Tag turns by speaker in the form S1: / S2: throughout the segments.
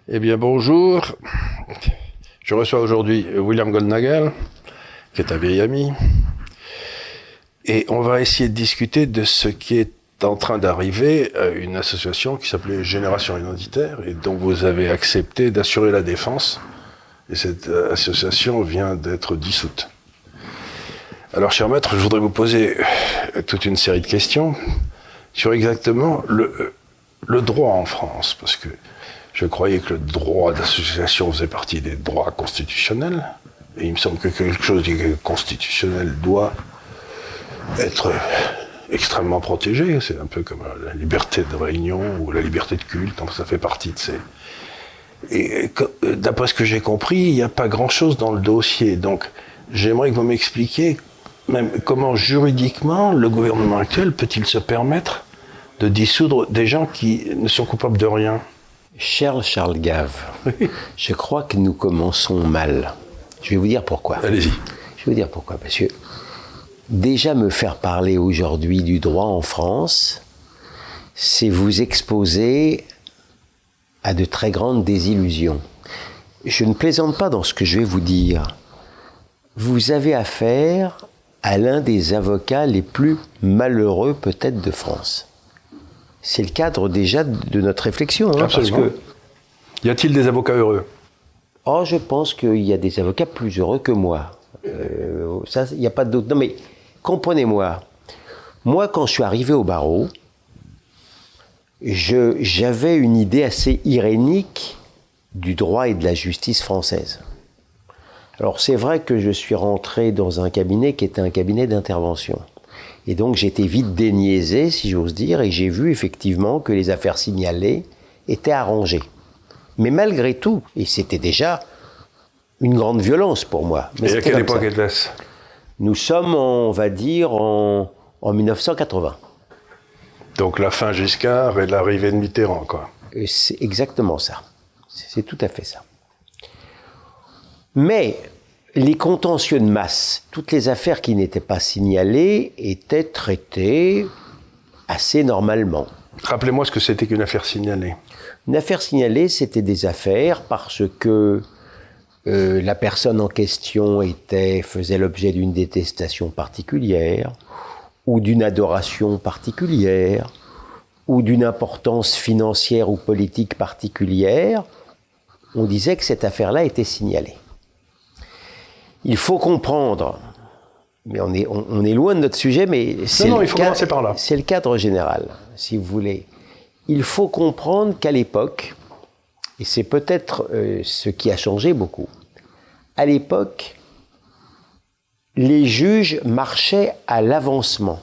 S1: Eh bien, bonjour. Je reçois aujourd'hui William Goldnagel, qui est un vieil ami. Et on va essayer de discuter de ce qui est en train d'arriver à une association qui s'appelait Génération Identitaire et dont vous avez accepté d'assurer la défense. Et cette association vient d'être dissoute. Alors, cher maître, je voudrais vous poser toute une série de questions sur exactement le droit en France, parce que je croyais que le droit d'association faisait partie des droits constitutionnels, et il me semble que quelque chose qui est constitutionnel doit être extrêmement protégé. C'est un peu comme la liberté de réunion ou la liberté de culte, donc ça fait partie de ces... Et d'après ce que j'ai compris, il n'y a pas grand-chose dans le dossier, donc j'aimerais que vous m'expliquiez même comment juridiquement le gouvernement actuel peut-il se permettre de dissoudre des gens qui ne sont coupables de rien.
S2: Cher Charles Gave, je crois que nous commençons mal. Je vais vous dire pourquoi.
S1: Allez-y.
S2: Je vais vous dire pourquoi. Parce que déjà me faire parler aujourd'hui du droit en France, c'est vous exposer à de très grandes désillusions. Je ne plaisante pas dans ce que je vais vous dire. Vous avez affaire à l'un des avocats les plus malheureux peut-être de France. C'est le cadre déjà de notre réflexion.
S1: Absolument. Parce que... Y a-t-il des avocats heureux ?
S2: Oh, je pense qu'il y a des avocats plus heureux que moi. Ça, il n'y a pas de doute. Non, mais comprenez-moi. Moi, quand je suis arrivé au barreau, j'avais une idée assez irénique du droit et de la justice française. Alors, c'est vrai que je suis rentré dans un cabinet qui était un cabinet d'intervention. Et donc j'étais vite déniaisé, si j'ose dire, et j'ai vu effectivement que les affaires signalées étaient arrangées. Mais malgré tout, et c'était déjà une grande violence pour moi. Mais
S1: et à quelle époque était-ce ?
S2: Nous sommes, on va dire, en 1980.
S1: Donc la fin Giscard et l'arrivée de Mitterrand, quoi.
S2: Et c'est exactement ça. C'est tout à fait ça. Mais... les contentieux de masse, toutes les affaires qui n'étaient pas signalées étaient traitées assez normalement.
S1: Rappelez-moi ce que c'était qu'une affaire signalée.
S2: Une affaire signalée, c'était des affaires parce que la personne en question faisait l'objet d'une détestation particulière, ou d'une adoration particulière, ou d'une importance financière ou politique particulière. On disait que cette affaire-là était signalée. Il faut comprendre, mais on est loin de notre sujet, mais
S1: il faut commencer par là.
S2: C'est le cadre général, si vous voulez. Il faut comprendre qu'à l'époque, et c'est peut-être ce qui a changé beaucoup, à l'époque, les juges marchaient à l'avancement.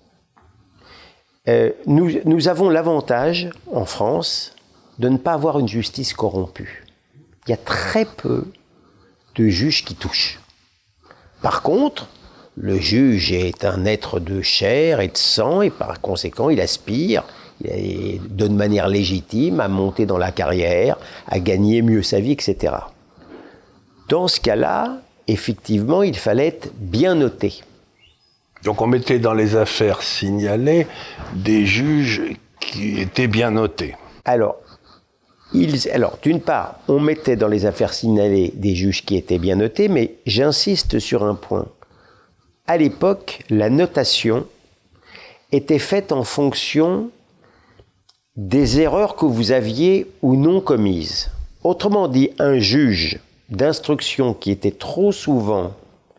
S2: Nous avons l'avantage, en France, de ne pas avoir une justice corrompue. Il y a très peu de juges qui touchent. Par contre, le juge est un être de chair et de sang et par conséquent, il aspire de manière légitime à monter dans la carrière, à gagner mieux sa vie, etc. Dans ce cas-là, effectivement, il fallait être bien noté.
S1: Donc on mettait dans les affaires signalées des juges qui étaient bien notés.
S2: Alors, d'une part, on mettait dans les affaires signalées des juges qui étaient bien notés, mais j'insiste sur un point. À l'époque, la notation était faite en fonction des erreurs que vous aviez ou non commises. Autrement dit, un juge d'instruction qui était trop souvent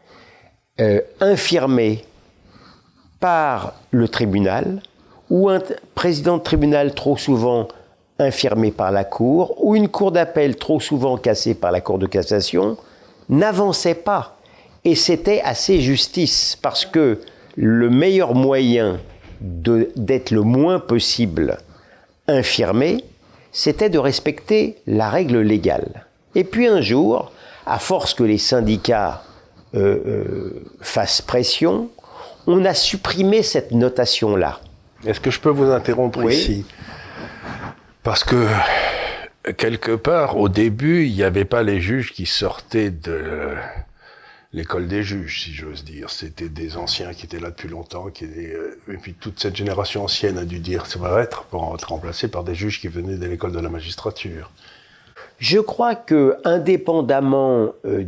S2: infirmé par le tribunal, ou un président de tribunal trop souvent infirmé par la Cour, ou une cour d'appel trop souvent cassée par la Cour de cassation, n'avançait pas. Et c'était assez justice, parce que le meilleur moyen d'être le moins possible infirmé, c'était de respecter la règle légale. Et puis un jour, à force que les syndicats fassent pression, on a supprimé cette notation-là.
S1: Est-ce que je peux vous interrompre ici ? Parce que, quelque part, au début, il n'y avait pas les juges qui sortaient de l'école des juges, si j'ose dire. C'était des anciens qui étaient là depuis longtemps, et puis toute cette génération ancienne a dû dire ça va être pour être remplacé par des juges qui venaient de l'école de la magistrature.
S2: Je crois que, indépendamment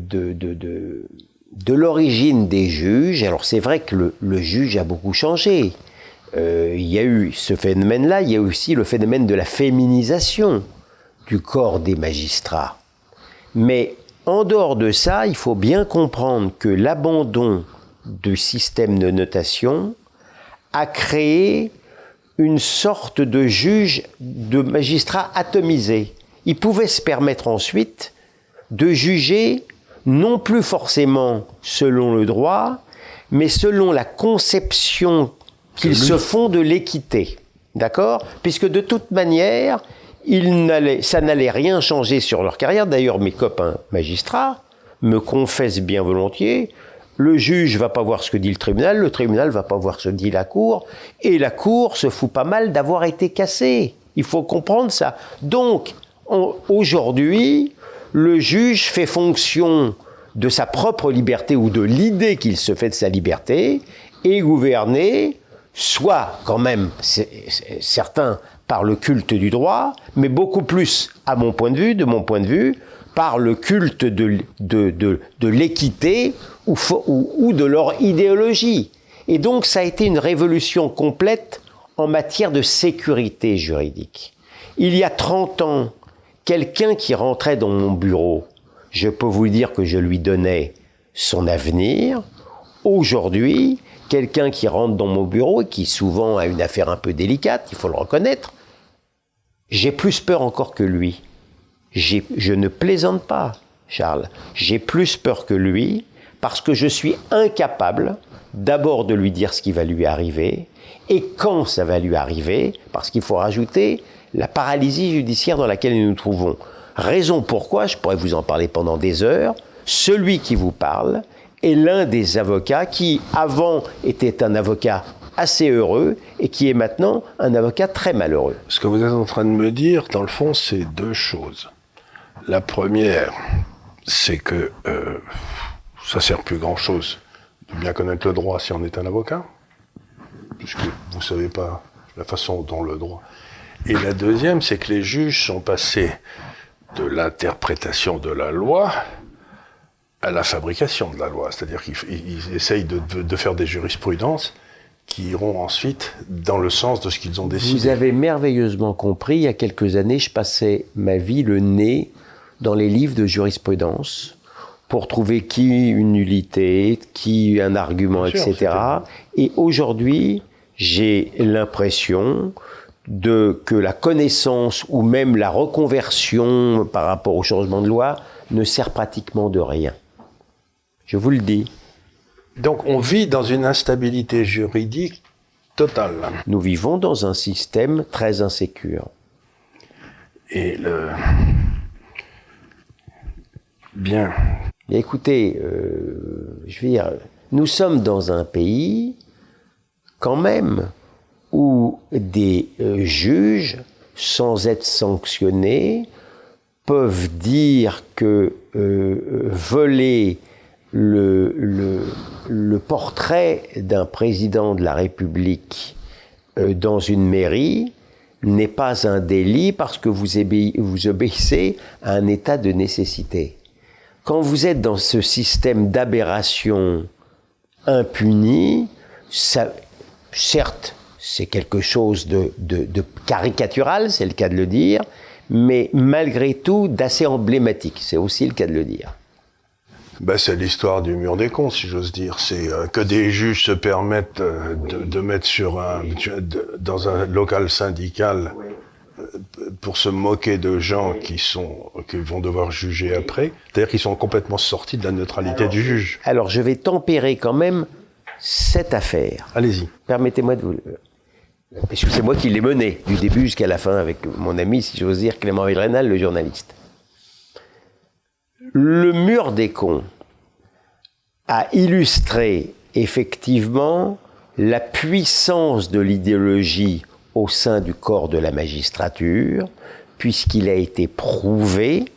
S2: de l'origine des juges, alors c'est vrai que le juge a beaucoup changé. Il y a eu ce phénomène-là, il y a aussi le phénomène de la féminisation du corps des magistrats. Mais en dehors de ça, il faut bien comprendre que l'abandon du système de notation a créé une sorte de juge, de magistrat atomisé. Il pouvait se permettre ensuite de juger non plus forcément selon le droit, mais selon la conception qu'ils se font de l'équité. D'accord ? Puisque de toute manière, ça n'allait rien changer sur leur carrière. D'ailleurs, mes copains magistrats me confessent bien volontiers, le juge ne va pas voir ce que dit le tribunal ne va pas voir ce que dit la cour, et la cour se fout pas mal d'avoir été cassée. Il faut comprendre ça. Donc, aujourd'hui, le juge fait fonction de sa propre liberté ou de l'idée qu'il se fait de sa liberté, et gouverner, soit quand même, certains par le culte du droit, mais beaucoup plus, de mon point de vue, par le culte de l'équité ou de leur idéologie. Et donc ça a été une révolution complète en matière de sécurité juridique. Il y a 30 ans, quelqu'un qui rentrait dans mon bureau, je peux vous dire que je lui donnais son avenir. Aujourd'hui, quelqu'un qui rentre dans mon bureau et qui souvent a une affaire un peu délicate, il faut le reconnaître, j'ai plus peur encore que lui. Je ne plaisante pas, Charles. J'ai plus peur que lui parce que je suis incapable d'abord de lui dire ce qui va lui arriver et quand ça va lui arriver, parce qu'il faut rajouter la paralysie judiciaire dans laquelle nous nous trouvons. Raison pourquoi, je pourrais vous en parler pendant des heures, celui qui vous parle est l'un des avocats qui, avant, était un avocat assez heureux et qui est maintenant un avocat très malheureux.
S1: Ce que vous êtes en train de me dire, dans le fond, c'est deux choses. La première, c'est que ça sert plus grand-chose de bien connaître le droit si on est un avocat, puisque vous ne savez pas la façon dont le droit... Et la deuxième, c'est que les juges sont passés de l'interprétation de la loi à la fabrication de la loi. C'est-à-dire qu'ils essayent de faire des jurisprudences qui iront ensuite dans le sens de ce qu'ils ont décidé.
S2: Vous avez merveilleusement compris, il y a quelques années, je passais ma vie le nez dans les livres de jurisprudence pour trouver qui une nullité, qui un argument, bien etc. Sûr, et aujourd'hui, j'ai l'impression que la connaissance ou même la reconversion par rapport au changement de loi ne sert pratiquement de rien. Je vous le dis.
S1: Donc on vit dans une instabilité juridique totale.
S2: Nous vivons dans un système très insécure.
S1: Et Bien.
S2: Écoutez, je veux dire, nous sommes dans un pays, quand même, où des juges, sans être sanctionnés, peuvent dire que voler le portrait d'un président de la République dans une mairie n'est pas un délit parce que vous obéissez à un état de nécessité. Quand vous êtes dans ce système d'aberration impunie, ça, certes, c'est quelque chose de caricatural, c'est le cas de le dire, mais malgré tout d'assez emblématique, c'est aussi le cas de le dire.
S1: Ben, c'est l'histoire du mur des cons, si j'ose dire. C'est que des juges se permettent de mettre dans un local syndical pour se moquer de gens qui vont devoir juger après. C'est-à-dire qu'ils sont complètement sortis de la neutralité du juge.
S2: Alors, je vais tempérer quand même cette affaire.
S1: Allez-y.
S2: Permettez-moi de vous... Parce que c'est moi qui l'ai menée, du début jusqu'à la fin, avec mon ami, si j'ose dire, Clément Villenal, le journaliste. Le mur des cons a illustré effectivement la puissance de l'idéologie au sein du corps de la magistrature, puisqu'il a été prouvé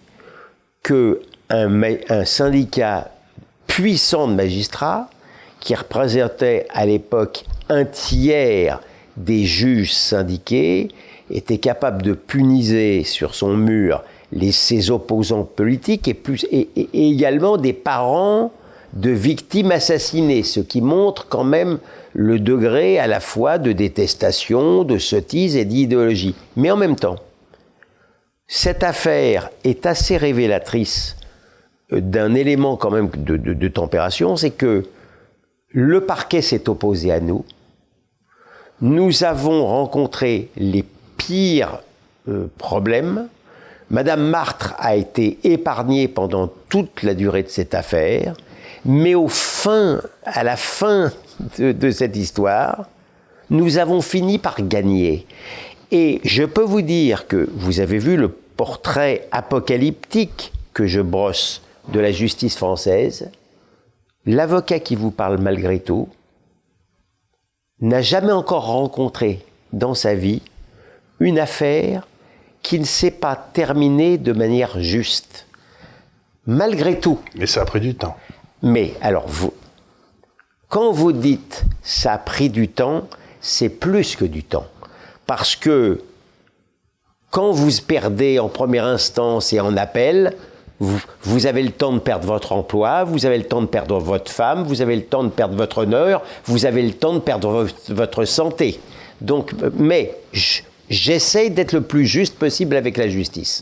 S2: qu'un syndicat puissant de magistrats, qui représentait à l'époque un tiers des juges syndiqués, était capable de puniser sur son mur ses opposants politiques et également des parents de victimes assassinées, ce qui montre quand même le degré à la fois de détestation, de sottise et d'idéologie. Mais en même temps, cette affaire est assez révélatrice d'un élément quand même de températion, c'est que le parquet s'est opposé à nous. Nous avons rencontré les pires problèmes. Madame Martre a été épargnée pendant toute la durée de cette affaire, mais à la fin de cette histoire, nous avons fini par gagner. Et je peux vous dire que vous avez vu le portrait apocalyptique que je brosse de la justice française. L'avocat qui vous parle malgré tout n'a jamais encore rencontré dans sa vie une affaire qui ne s'est pas terminée de manière juste. Malgré tout.
S1: Mais ça a pris du temps.
S2: Mais alors, quand vous dites « ça a pris du temps », c'est plus que du temps. Parce que quand vous perdez en première instance et en appel, vous avez le temps de perdre votre emploi, vous avez le temps de perdre votre femme, vous avez le temps de perdre votre honneur, vous avez le temps de perdre votre santé. Donc, mais j'essaye d'être le plus juste possible avec la justice.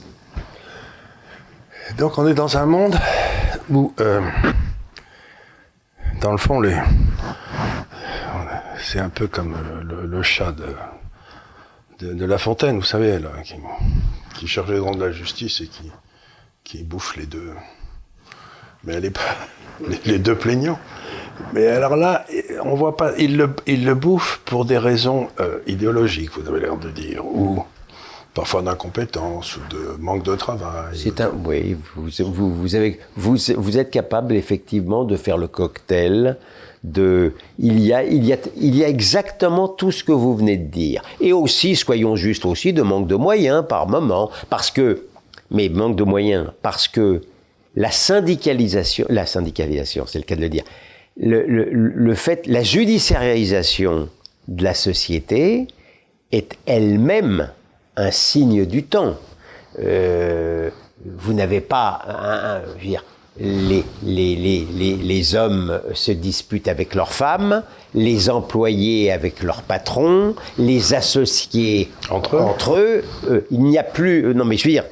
S1: Donc on est dans un monde où, dans le fond, c'est un peu comme le chat de La Fontaine, vous savez, là, qui cherche les grands de la justice et qui bouffe les deux. Mais elle est pas les deux plaignants. Mais alors là, on voit pas. Il le bouffe pour des raisons idéologiques, vous avez l'air de dire, ou parfois d'incompétence ou de manque de travail.
S2: Oui, vous êtes capable effectivement de faire le cocktail. Il y a exactement tout ce que vous venez de dire. Et aussi, soyons justes aussi, de manque de moyens par moment. Mais manque de moyens, parce que la syndicalisation, c'est le cas de le dire, le fait, la judiciarisation de la société est elle-même un signe du temps. Vous n'avez pas, je veux dire, les hommes se disputent avec leurs femmes, les employés avec leurs patrons, les associés entre eux. Il n'y a plus. Non, mais je veux dire,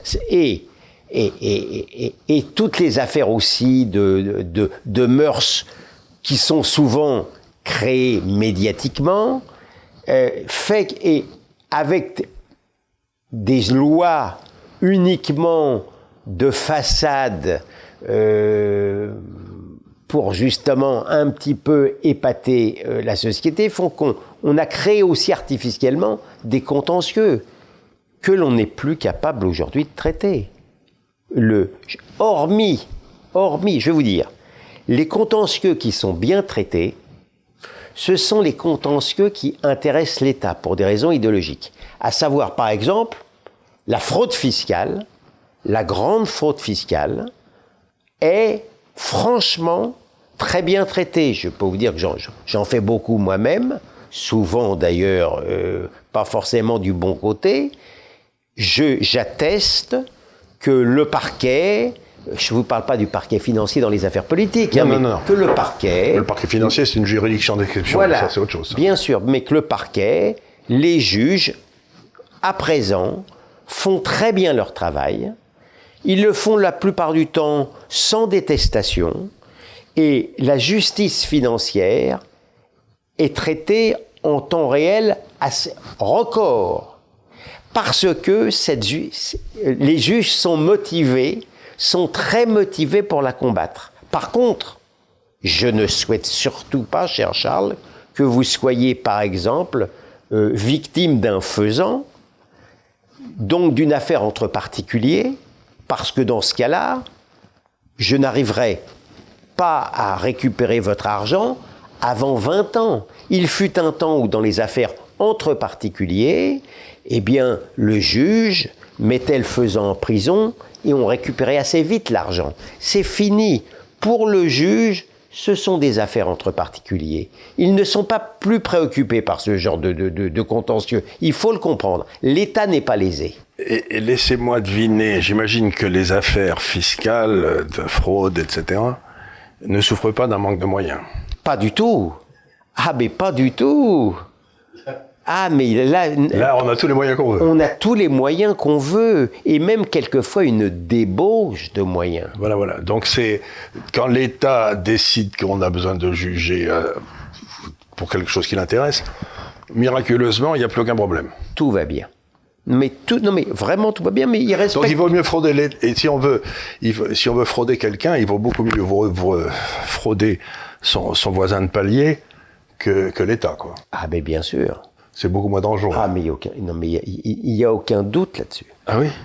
S2: et toutes les affaires aussi de mœurs qui sont souvent créées médiatiquement, et avec des lois uniquement de façade. Pour justement un petit peu épater la société, font qu'on a créé aussi artificiellement des contentieux que l'on n'est plus capable aujourd'hui de traiter. Hormis, je vais vous dire, les contentieux qui sont bien traités, ce sont les contentieux qui intéressent l'État pour des raisons idéologiques. À savoir, par exemple, la fraude fiscale, la grande fraude fiscale, est franchement très bien traité. Je peux vous dire que j'en fais beaucoup moi-même, souvent d'ailleurs pas forcément du bon côté. J'atteste que le parquet, je ne vous parle pas du parquet financier dans les affaires politiques,
S1: non.
S2: Que le parquet...
S1: Le parquet financier, c'est une juridiction d'exception,
S2: voilà,
S1: ça c'est autre chose. Ça.
S2: Bien sûr, mais que le parquet, les juges, à présent, font très bien leur travail. Ils le font la plupart du temps sans détestation, et la justice financière est traitée en temps réel assez record, parce que les juges sont très motivés pour la combattre. Par contre, je ne souhaite surtout pas, cher Charles, que vous soyez, par exemple, victime d'un faisant, donc d'une affaire entre particuliers, parce que dans ce cas-là, je n'arriverai pas à récupérer votre argent avant 20 ans. Il fut un temps où dans les affaires entre particuliers, eh bien, le juge mettait le faisant en prison et on récupérait assez vite l'argent. C'est fini. Pour le juge, ce sont des affaires entre particuliers. Ils ne sont pas plus préoccupés par ce genre de contentieux. Il faut le comprendre. L'État n'est pas lésé.
S1: Et laissez-moi deviner, j'imagine que les affaires fiscales, de fraude, etc., ne souffrent pas d'un manque de moyens.
S2: Pas du tout. Ah, mais pas du tout. Ah, mais
S1: Là, on a tous les moyens qu'on veut.
S2: On a tous les moyens qu'on veut, et même quelquefois une débauche de moyens.
S1: Voilà. Donc c'est quand l'État décide qu'on a besoin de juger pour quelque chose qui l'intéresse, miraculeusement, il n'y a plus aucun problème.
S2: Tout va bien. Mais vraiment tout va bien, mais il respecte...
S1: Donc il vaut mieux frauder l'État. Et si on veut frauder quelqu'un, il vaut beaucoup mieux frauder son voisin de palier que l'État, quoi.
S2: Ah, mais bien sûr.
S1: C'est beaucoup moins dangereux.
S2: Ah, mais il y a aucun doute là-dessus.
S1: Ah oui.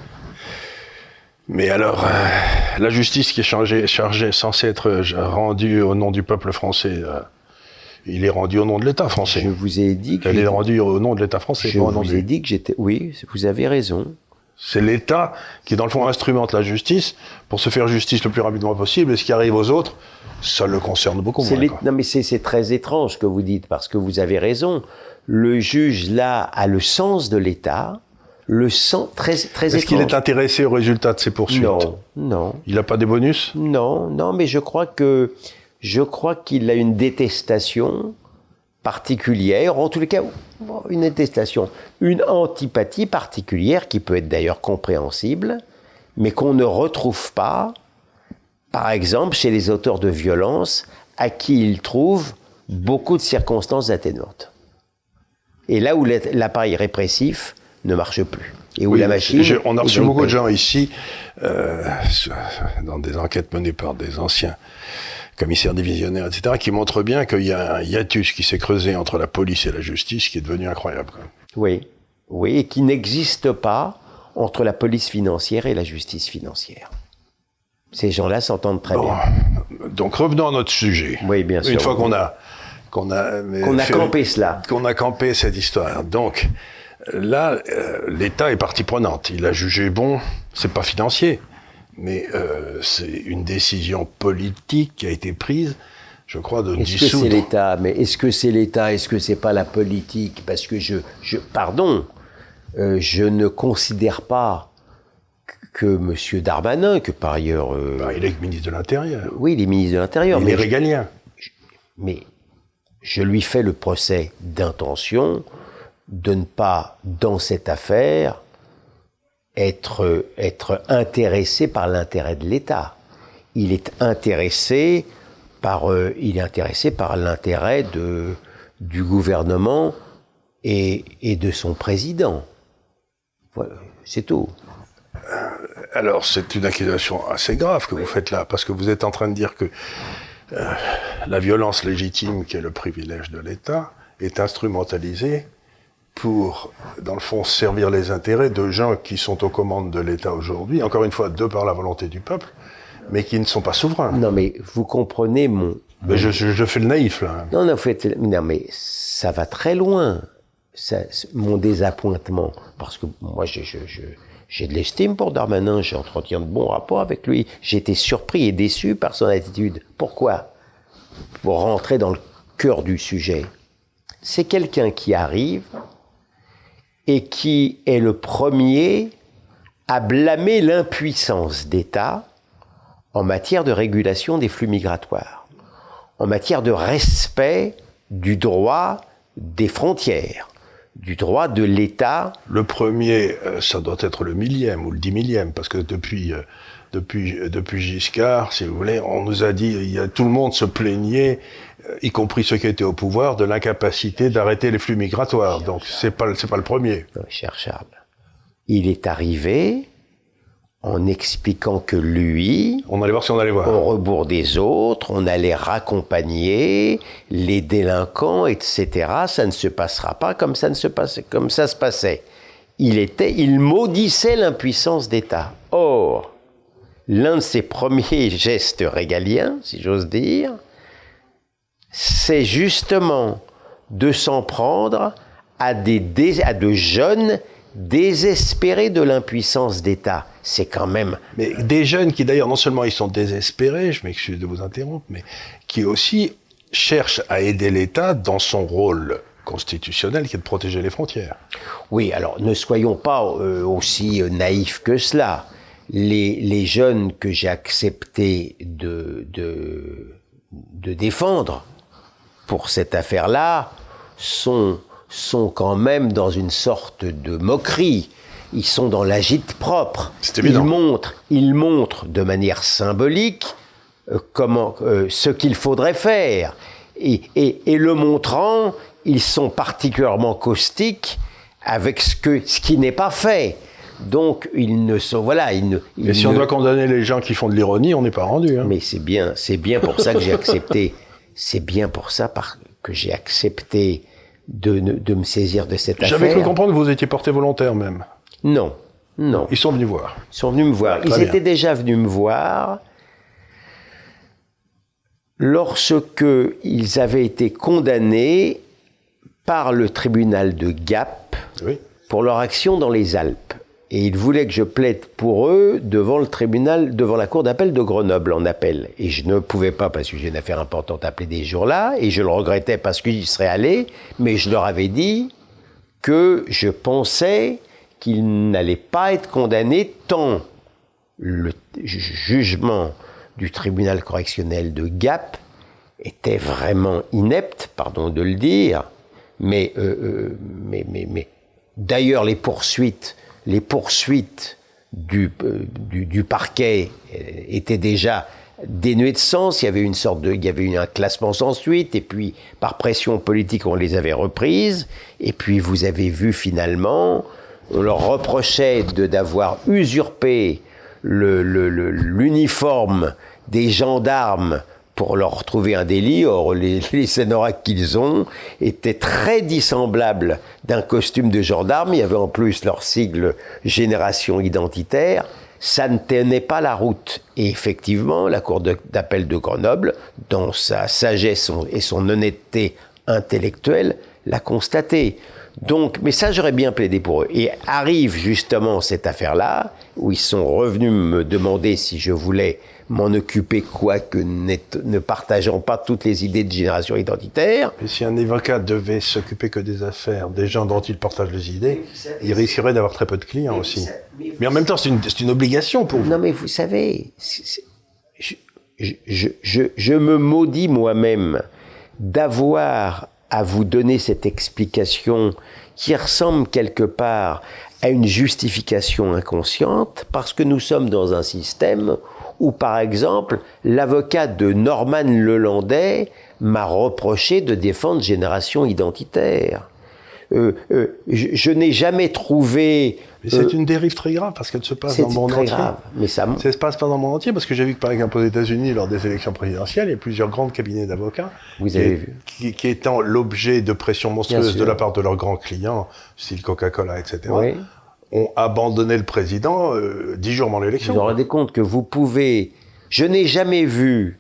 S1: Mais alors, la justice qui est censée être rendue au nom du peuple français, il est rendu au nom de l'État français.
S2: Je vous ai dit que...
S1: Elle est rendue au nom de l'État français.
S2: Je vous ai dit que j'étais... Oui, vous avez raison.
S1: C'est l'État qui, dans le fond, instrumente la justice pour se faire justice le plus rapidement possible. Et ce qui arrive aux autres, ça le concerne beaucoup moins.
S2: Non, mais c'est très étrange ce que vous dites, parce que vous avez raison. Le juge, là, a le sens de l'État, le sens très étrange.
S1: Est-ce qu'il est intéressé au résultat de ses poursuites ?
S2: Non.
S1: Il n'a pas des bonus ?
S2: Non, mais je crois qu'il a une détestation particulière, en tous les cas, une détestation, une antipathie particulière qui peut être d'ailleurs compréhensible, mais qu'on ne retrouve pas, par exemple, chez les auteurs de violences à qui il trouve beaucoup de circonstances atténuantes. Et là où l'appareil répressif ne marche plus. Et où la machine...
S1: On a reçu beaucoup de gens ici, dans des enquêtes menées par des anciens commissaires divisionnaires, etc., qui montrent bien qu'il y a un hiatus qui s'est creusé entre la police et la justice qui est devenu incroyable. Oui,
S2: et qui n'existe pas entre la police financière et la justice financière. Ces gens-là s'entendent très bien.
S1: Donc revenons à notre sujet.
S2: Oui, bien sûr.
S1: Une fois qu'on a
S2: campé cela.
S1: Qu'on a campé cette histoire. Donc, là, l'État est partie prenante. Il a jugé bon, c'est pas financier, mais c'est une décision politique qui a été prise, je crois, de dissoudre.
S2: Est-ce que c'est l'État ? Mais est-ce que c'est l'État ? Est-ce que c'est pas la politique ? Parce que je ne considère pas que M. Darmanin, que par ailleurs...
S1: il est ministre de l'Intérieur.
S2: Oui, il est ministre de l'Intérieur.
S1: Il est régalien.
S2: Mais je lui fais le procès d'intention de ne pas, dans cette affaire, être intéressé par l'intérêt de l'État. Il est intéressé par l'intérêt du gouvernement et de son président. Voilà, c'est tout.
S1: Alors, c'est une accusation assez grave que vous faites là, parce que vous êtes en train de dire que la violence légitime, qui est le privilège de l'État, est instrumentalisée pour, dans le fond, servir les intérêts de gens qui sont aux commandes de l'État aujourd'hui, encore une fois, de par la volonté du peuple, mais qui ne sont pas souverains.
S2: Non, mais vous comprenez
S1: Mais je fais le naïf, là.
S2: Non, mais ça va très loin, mon désappointement. Parce que moi, j'ai de l'estime pour Darmanin, j'entretiens de bons rapports avec lui. J'ai été surpris et déçu par son attitude. Pourquoi ? Pour rentrer dans le cœur du sujet. C'est quelqu'un qui arrive et qui est le premier à blâmer l'impuissance d'État en matière de régulation des flux migratoires, en matière de respect du droit des frontières, du droit de l'État.
S1: Le premier, ça doit être le 1000e ou le 10 000e, parce que depuis Giscard, si vous voulez, on nous a dit, tout le monde se plaignait, y compris ceux qui étaient au pouvoir, de l'incapacité d'arrêter les flux migratoires. Donc c'est pas le premier.
S2: Non, cher Charles, il est arrivé en expliquant que lui...
S1: On allait voir si on allait voir.
S2: Au rebours des autres, on allait raccompagner les délinquants, etc. Ça ne se passera pas comme ça se passait. Il maudissait l'impuissance d'État. Or, l'un de ses premiers gestes régaliens, si j'ose dire, c'est justement de s'en prendre à de jeunes désespérés de l'impuissance d'État. C'est quand même...
S1: Mais des jeunes qui d'ailleurs, non seulement ils sont désespérés, je m'excuse de vous interrompre, mais qui aussi cherchent à aider l'État dans son rôle constitutionnel qui est de protéger les frontières.
S2: Oui, alors ne soyons pas aussi naïfs que cela. Les jeunes que j'ai accepté de défendre pour cette affaire-là sont quand même dans une sorte de moquerie. Ils sont dans l'agite propre.
S1: C'est évident.
S2: Ils montrent de manière symbolique ce qu'il faudrait faire. Et le montrant, ils sont particulièrement caustiques avec ce qui n'est pas fait. Donc, ils ne sont... Voilà,
S1: et si on doit condamner les gens qui font de l'ironie, on n'est pas rendu. Hein.
S2: Mais c'est bien pour ça que j'ai accepté... C'est bien pour ça que j'ai accepté de me saisir de cette affaire.
S1: J'avais cru comprendre que vous étiez porté volontaire même.
S2: Non.
S1: Ils sont venus voir.
S2: Ils sont venus me voir. Ils étaient déjà venus me voir lorsque ils avaient été condamnés par le tribunal de Gap pour leur action dans les Alpes. Et ils voulaient que je plaide pour eux devant la cour d'appel de Grenoble en appel. Et je ne pouvais pas, parce que j'ai une affaire importante à plaider ce jour-là, et je le regrettais parce que j'y serais allé, mais je leur avais dit que je pensais qu'ils n'allaient pas être condamnés tant le jugement du tribunal correctionnel de Gap était vraiment inepte, pardon de le dire, mais d'ailleurs les poursuites du parquet étaient déjà dénuées de sens. Il y avait eu un classement sans suite, et puis par pression politique on les avait reprises, et puis vous avez vu finalement, on leur reprochait d'avoir usurpé l'uniforme des gendarmes pour leur retrouver un délit. Or, les scénographes qu'ils ont étaient très dissemblables d'un costume de gendarme. Il y avait en plus leur sigle Génération Identitaire. Ça ne tenait pas la route. Et effectivement, la Cour d'appel de Grenoble, dans sa sagesse et son honnêteté intellectuelle, l'a constaté. Donc, mais ça, j'aurais bien plaidé pour eux. Et arrive justement cette affaire-là, où ils sont revenus me demander si je voulais m'en occuper, quoique ne partageant pas toutes les idées de Génération Identitaire.
S1: Et si un avocat devait s'occuper que des affaires des gens dont il partage les idées, il risquerait d'avoir très peu de clients aussi. Mais en même temps, c'est une obligation pour vous.
S2: Non, mais vous savez, je me maudis moi-même d'avoir à vous donner cette explication qui ressemble quelque part à une justification inconsciente, parce que nous sommes dans un système où, par exemple, l'avocat de Norman Lelandais m'a reproché de défendre Génération Identitaire. Je n'ai jamais trouvé...
S1: Mais c'est une dérive très grave, parce qu'elle se passe dans le monde entier.
S2: Grave, mais ça
S1: se passe pas dans le monde entier, parce que j'ai vu que, par exemple, aux États-Unis, lors des élections présidentielles, il y a plusieurs grands cabinets d'avocats qui étant l'objet de pressions monstrueuses de la part de leurs grands clients, style Coca-Cola, etc., ont abandonné le président 10 jours avant l'élection.
S2: Vous vous rendez compte que vous pouvez... Je n'ai jamais vu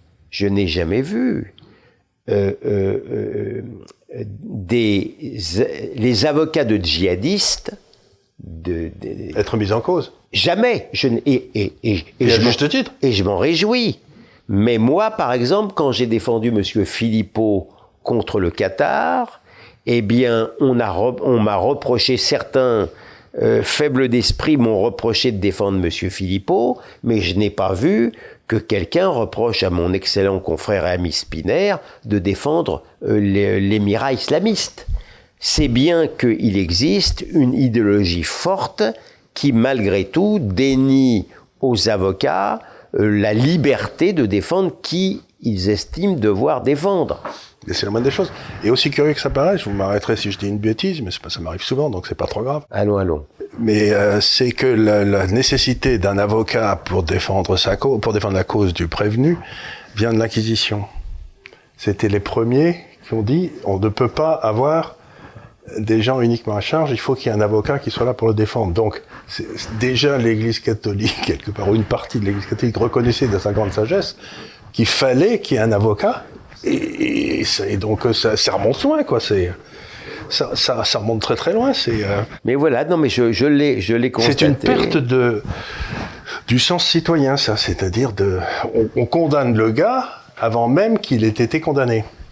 S2: les avocats de djihadistes
S1: être mis en cause.
S2: Jamais.
S1: Et à juste titre.
S2: Et je m'en réjouis. Mais moi, par exemple, quand j'ai défendu M. Philippot contre le Qatar, eh bien, on m'a reproché, certains faibles d'esprit m'ont reproché de défendre M. Philippot, mais je n'ai pas vu que quelqu'un reproche à mon excellent confrère et ami Spinner de défendre l'émirat islamiste. C'est bien qu'il existe une idéologie forte qui, malgré tout, dénie aux avocats la liberté de défendre qui ils estiment devoir défendre.
S1: Et c'est la moindre des choses. Et aussi curieux que ça paraisse, vous m'arrêterez si je dis une bêtise, mais ça m'arrive souvent, donc c'est pas trop grave.
S2: Allons.
S1: Mais c'est que la nécessité d'un avocat pour défendre la cause du prévenu vient de l'Inquisition. C'était les premiers qui ont dit on ne peut pas avoir des gens uniquement à charge, il faut qu'il y ait un avocat qui soit là pour le défendre. Donc, déjà l'Église catholique, quelque part, ou une partie de l'Église catholique reconnaissait de sa grande sagesse qu'il fallait qu'il y ait un avocat, et donc ça remonte loin, quoi. Ça remonte très très loin.
S2: Mais voilà, non, mais je l'ai constaté.
S1: C'est une perte du sens citoyen, ça. C'est-à-dire on condamne le gars avant même qu'il ait été condamné.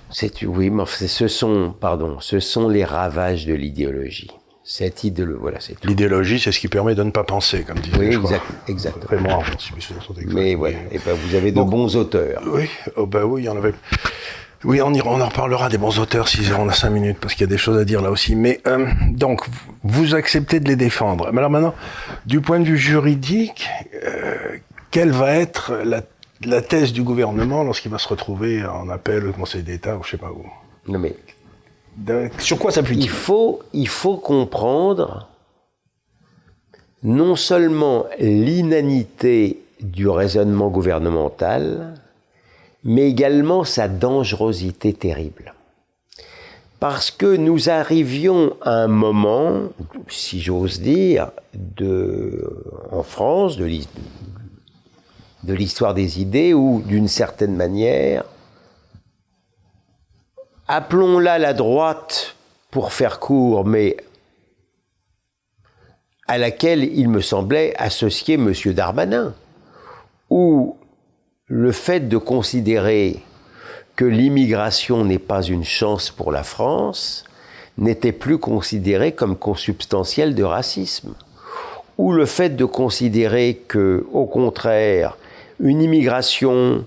S2: Oui, mais ce sont les ravages de l'idéologie. Cette idéologie, voilà, c'est tout.
S1: L'idéologie, c'est ce qui permet de ne pas penser, comme disait,
S2: oui,
S1: je crois.
S2: exactement.
S1: Vraiment, je suis sur son texte.
S2: Mais voilà, et ben vous avez de bons auteurs.
S1: Oui, oui, il y en avait. Oui, on en reparlera des bons auteurs si on a 5 minutes, parce qu'il y a des choses à dire là aussi. Mais donc, vous acceptez de les défendre. Mais alors maintenant, du point de vue juridique, quelle va être la thèse du gouvernement lorsqu'il va se retrouver en appel au Conseil d'État ou je sais pas où?
S2: Non mais
S1: sur quoi s'appuie-t-il?
S2: Il faut comprendre non seulement l'inanité du raisonnement gouvernemental, mais également sa dangerosité terrible. Parce que nous arrivions à un moment, si j'ose dire, en France, de l'histoire des idées, où, d'une certaine manière, appelons-la la droite pour faire court, mais à laquelle il me semblait associer M. Darmanin, où le fait de considérer que l'immigration n'est pas une chance pour la France n'était plus considéré comme consubstantiel de racisme, ou le fait de considérer que, au contraire, une immigration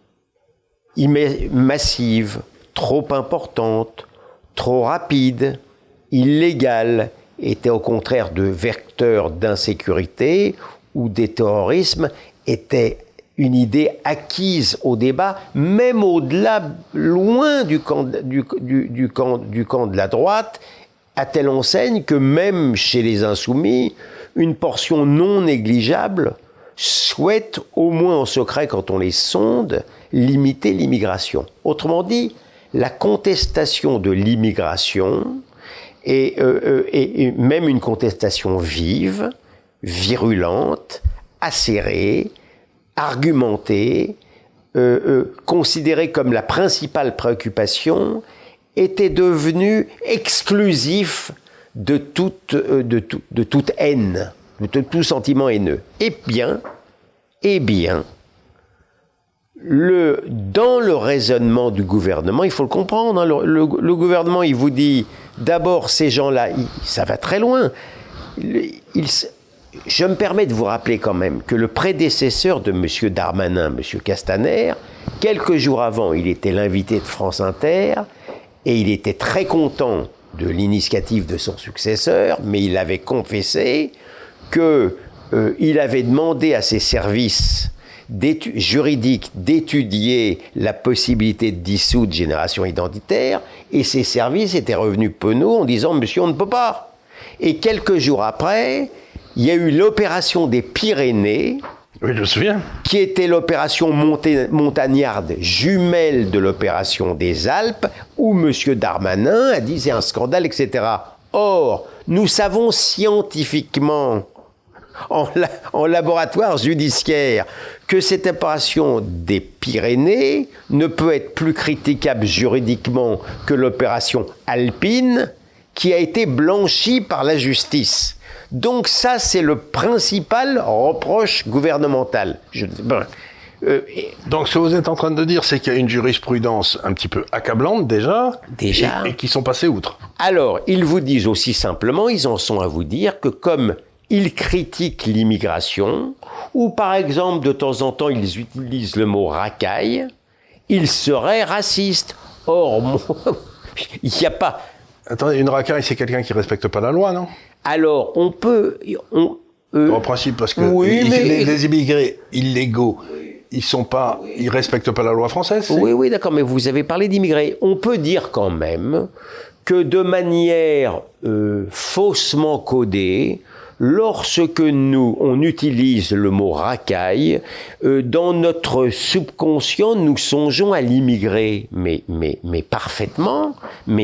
S2: massive, trop importante, trop rapide, illégale, était au contraire de vecteur d'insécurité ou des terrorismes, était une idée acquise au débat, même au-delà, loin du camp de la droite, à telle enseigne que même chez les insoumis, une portion non négligeable souhaite, au moins en secret quand on les sonde, limiter l'immigration. Autrement dit, la contestation de l'immigration est même une contestation vive, virulente, acérée, argumentée, considérée comme la principale préoccupation, était devenu exclusif de toute haine, de tout sentiment haineux. Eh bien, dans le raisonnement du gouvernement, il faut le comprendre, hein, le gouvernement, il vous dit, d'abord, ces gens-là, ça va très loin. Je me permets de vous rappeler quand même que le prédécesseur de M. Darmanin, M. Castaner, quelques jours avant, il était l'invité de France Inter, et il était très content de l'initiative de son successeur, mais il avait confessé qu'il avait demandé à ses services juridiques d'étudier la possibilité de dissoudre Génération Identitaire, et ses services étaient revenus penauds en disant « Monsieur, on ne peut pas ». Et quelques jours après, il y a eu l'opération des Pyrénées,
S1: oui, je me souviens,
S2: qui était l'opération montagnarde jumelle de l'opération des Alpes, où M. Darmanin a dit c'est un scandale, etc. Or, nous savons scientifiquement, en laboratoire judiciaire, que cette opération des Pyrénées ne peut être plus critiquable juridiquement que l'opération alpine, qui a été blanchie par la justice. Donc ça, c'est le principal reproche gouvernemental.
S1: Donc ce que vous êtes en train de dire, c'est qu'il y a une jurisprudence un petit peu accablante déjà. Et qui sont passés outre.
S2: Alors, ils vous disent aussi simplement, ils en sont à vous dire que comme ils critiquent l'immigration, ou par exemple, de temps en temps, ils utilisent le mot racaille, ils seraient racistes. Or, il n'y a pas...
S1: Attendez, une racaille, c'est quelqu'un qui ne respecte pas la loi, non?
S2: Alors, on peut...
S1: En principe, parce que
S2: oui,
S1: les immigrés illégaux, ils respectent pas la loi française.
S2: Oui, d'accord, mais vous avez parlé d'immigrés. On peut dire quand même que de manière faussement codée, lorsque on utilise le mot racaille, dans notre subconscient, nous songeons à l'immigré. Mais parfaitement,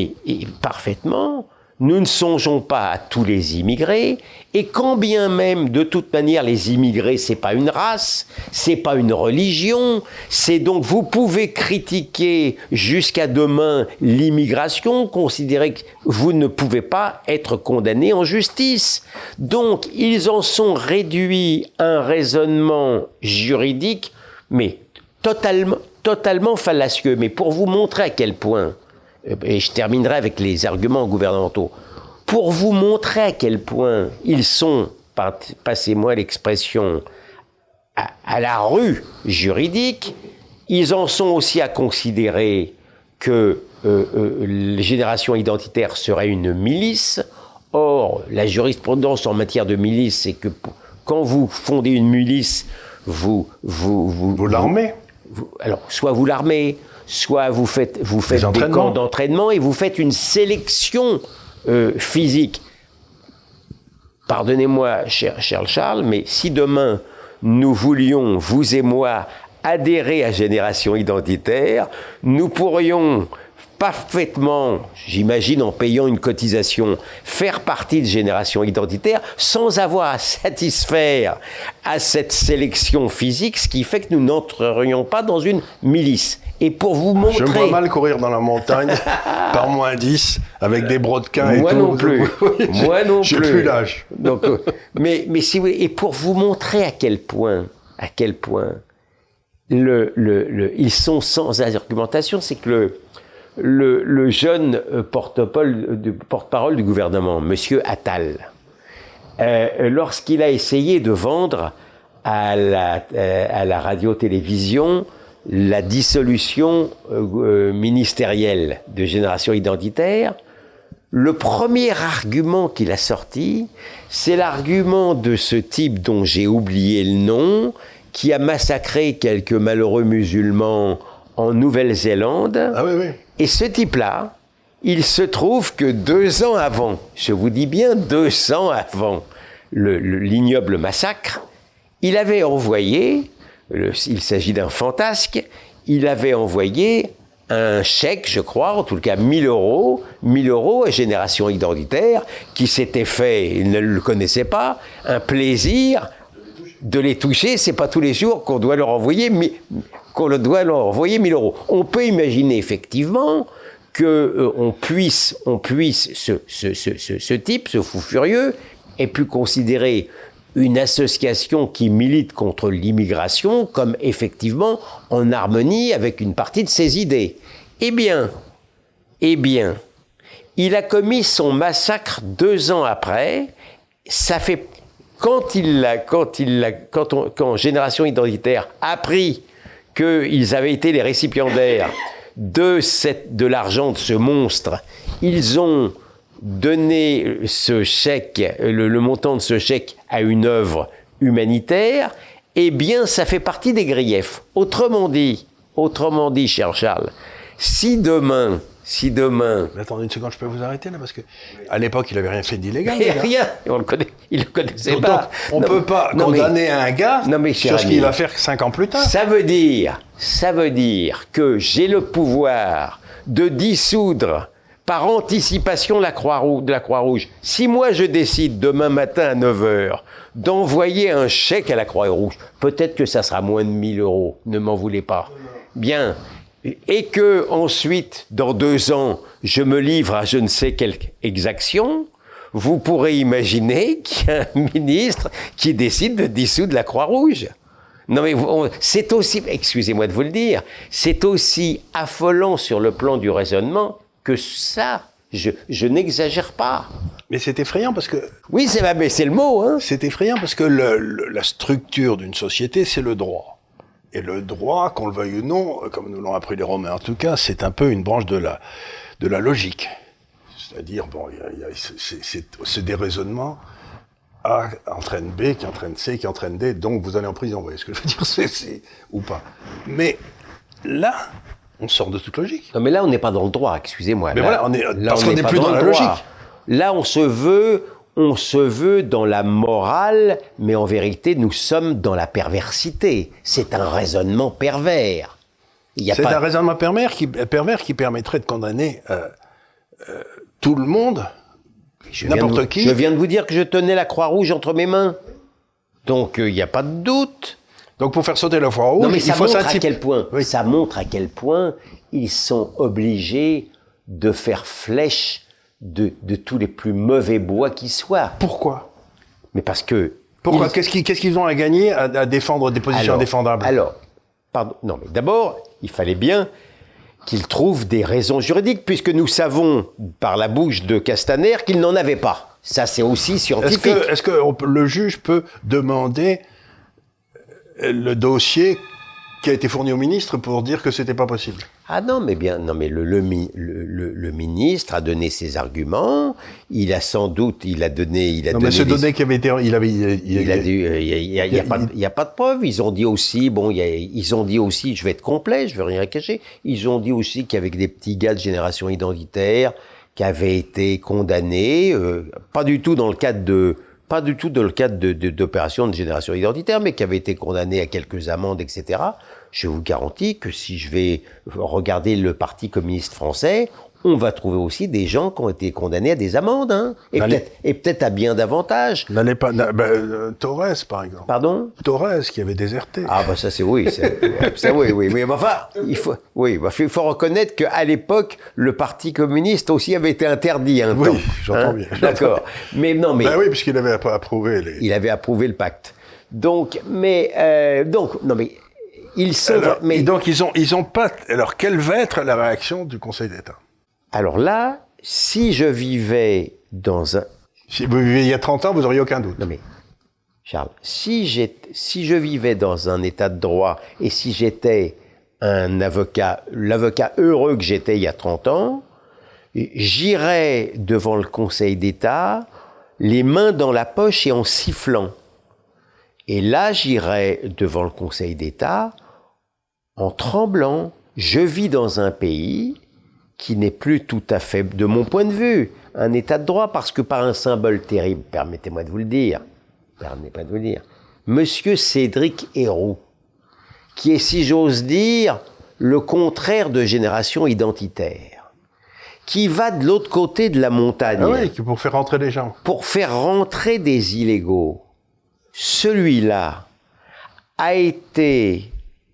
S2: nous ne songeons pas à tous les immigrés, et quand bien même, de toute manière, les immigrés, c'est pas une race, c'est pas une religion, c'est donc, vous pouvez critiquer jusqu'à demain l'immigration, considérer que vous ne pouvez pas être condamné en justice. Donc, ils en sont réduits à un raisonnement juridique, mais totalement, totalement fallacieux. Mais pour vous montrer à quel point, et je terminerai avec les arguments gouvernementaux, pour vous montrer à quel point ils sont, passez-moi l'expression, à la rue juridique, ils en sont aussi à considérer que les générations identitaires seraient une milice. Or, la jurisprudence en matière de milice, c'est que quand vous fondez une milice, vous
S1: l'armez.
S2: Alors, soit vous l'armez, soit vous faites des camps d'entraînement et vous faites une sélection physique. Pardonnez-moi, cher Charles, mais si demain nous voulions, vous et moi, adhérer à Génération Identitaire, nous pourrions parfaitement, j'imagine en payant une cotisation, faire partie de Génération Identitaire sans avoir à satisfaire à cette sélection physique, ce qui fait que nous n'entrerions pas dans une milice. Et pour vous montrer...
S1: Je me vois mal courir dans la montagne par -10 avec des brodequins et tout.
S2: Moi non plus. Moi non plus.
S1: J'ai plus l'âge.
S2: Donc, mais si vous, et pour vous montrer à quel point ils sont sans argumentation, c'est que le jeune porte-parole du gouvernement, Monsieur Attal, lorsqu'il a essayé de vendre à la radio-télévision la dissolution ministérielle de Génération Identitaire, le premier argument qu'il a sorti, c'est l'argument de ce type dont j'ai oublié le nom, qui a massacré quelques malheureux musulmans en Nouvelle-Zélande.
S1: Ah oui, oui.
S2: Et ce type-là, il se trouve que 2 ans avant, je vous dis bien 2 ans avant l'ignoble massacre, il avait envoyé, il s'agit d'un fantasque, il avait envoyé un chèque, je crois, en tout cas 1 000 € à Génération Identitaire, qui s'était fait, il ne le connaissait pas, un plaisir de les toucher. C'est pas tous les jours qu'on doit leur envoyer 1 000 €. On peut imaginer effectivement que on puisse ce type, ce fou furieux, ait pu considérer une association qui milite contre l'immigration comme effectivement en harmonie avec une partie de ses idées. Eh bien, il a commis son massacre 2 ans après. Ça fait quand Génération Identitaire a appris qu'ils avaient été les récipiendaires de l'argent de ce monstre, ils ont donné ce chèque, le montant de ce chèque à une œuvre humanitaire. Eh bien, ça fait partie des griefs. Autrement dit, cher Charles, si demain...
S1: Mais attendez une seconde, je peux vous arrêter là, parce que à l'époque, il avait rien fait d'illégal.
S2: Rien, il le connaissait pas.
S1: Donc, on ne peut pas condamner un gars sur ce qu'il va faire 5 ans plus tard.
S2: Ça veut dire que j'ai le pouvoir de dissoudre par anticipation de la Croix-Rouge. Si moi je décide demain matin à 9h d'envoyer un chèque à la Croix-Rouge, peut-être que ça sera moins de 1 000 €, ne m'en voulez pas. Bien. Et que ensuite, dans 2 ans, je me livre à je ne sais quelle exaction, vous pourrez imaginer qu'il y a un ministre qui décide de dissoudre la Croix-Rouge. Non mais c'est aussi, excusez-moi de vous le dire, c'est aussi affolant sur le plan du raisonnement que ça, je n'exagère pas.
S1: Mais c'est effrayant parce que...
S2: Oui, c'est le mot. Hein.
S1: C'est effrayant parce que la structure d'une société, c'est le droit. Et le droit, qu'on le veuille ou non, comme nous l'ont appris les Romains en tout cas, c'est un peu une branche de la logique. C'est-à-dire, bon, c'est des raisonnements. A entraîne B, qui entraîne C, qui entraîne D, donc vous allez en prison, vous voyez ce que je veux dire, ou pas. Mais là, on sort de toute logique.
S2: Non, mais là, on n'est pas dans le droit, excusez-moi.
S1: Mais là, parce qu'on n'est plus dans la logique.
S2: Là, on se veut dans la morale, mais en vérité, nous sommes dans la perversité. C'est un raisonnement pervers.
S1: C'est un raisonnement pervers qui permettrait de condamner tout le monde, n'importe qui.
S2: Je viens de vous dire que je tenais la Croix-Rouge entre mes mains. Donc, il n'y a pas de doute.
S1: Donc, pour faire sauter la Croix-Rouge,
S2: il faut ça montre à quel point ils sont obligés de faire flèche de tous les plus mauvais bois qui soient.
S1: Pourquoi ?
S2: Mais parce que...
S1: Pourquoi ? Qu'est-ce qu'ils ont à gagner à défendre des positions indéfendables ?
S2: Alors, Pardon, non, mais d'abord, il fallait bien qu'il trouve des raisons juridiques, puisque nous savons, par la bouche de Castaner, qu'il n'en avait pas. Ça, c'est aussi scientifique.
S1: Est-ce que le juge peut demander le dossier qui a été fourni au ministre pour dire que c'était pas possible?
S2: Ah non, mais bien, non, mais le ministre a donné ses arguments. Il a sans doute, il a donné.
S1: Non, mais ce donné qui avait été, il
S2: y a pas de preuves. Ils ont dit aussi, ils ont dit aussi, je vais être complet, je veux rien cacher. Ils ont dit aussi qu'avec des petits gars de génération identitaire qui avaient été condamnés, pas du tout dans le cadre d'opérations de génération identitaire, mais qui avaient été condamnés à quelques amendes, etc. Je vous garantis que si je vais regarder le Parti communiste français, on va trouver aussi des gens qui ont été condamnés à des amendes, hein, et peut-être à bien davantage.
S1: N'allez pas, Torres, par exemple.
S2: Pardon?
S1: Torres, qui avait déserté.
S2: Ah, bah, ça, c'est oui. Oui. Mais enfin, il faut reconnaître qu'à l'époque, le Parti communiste aussi avait été interdit un temps.
S1: Oui, j'entends bien.
S2: D'accord. Mais non, mais.
S1: Ben oui, puisqu'il avait approuvé
S2: Il avait approuvé le pacte. Donc, non, mais. Ils sont.
S1: Alors, mais donc, ils ont pas. Alors, quelle va être la réaction du Conseil d'État?
S2: Alors là, si je vivais dans un...
S1: Si vous viviez il y a 30 ans, vous n'auriez aucun doute.
S2: Non mais, Charles, si je vivais dans un état de droit et si j'étais l'avocat heureux que j'étais il y a 30 ans, j'irais devant le Conseil d'État, les mains dans la poche et en sifflant. Et là, j'irais devant le Conseil d'État en tremblant. Je vis dans un pays qui n'est plus tout à fait, de mon point de vue, un état de droit, parce que par un symbole terrible, permettez-moi de vous le dire, Monsieur Cédric Héroux, qui est, si j'ose dire, le contraire de génération identitaire, qui va de l'autre côté de la montagne.
S1: Ah oui, pour faire rentrer les gens.
S2: Pour faire rentrer des illégaux. Celui-là a été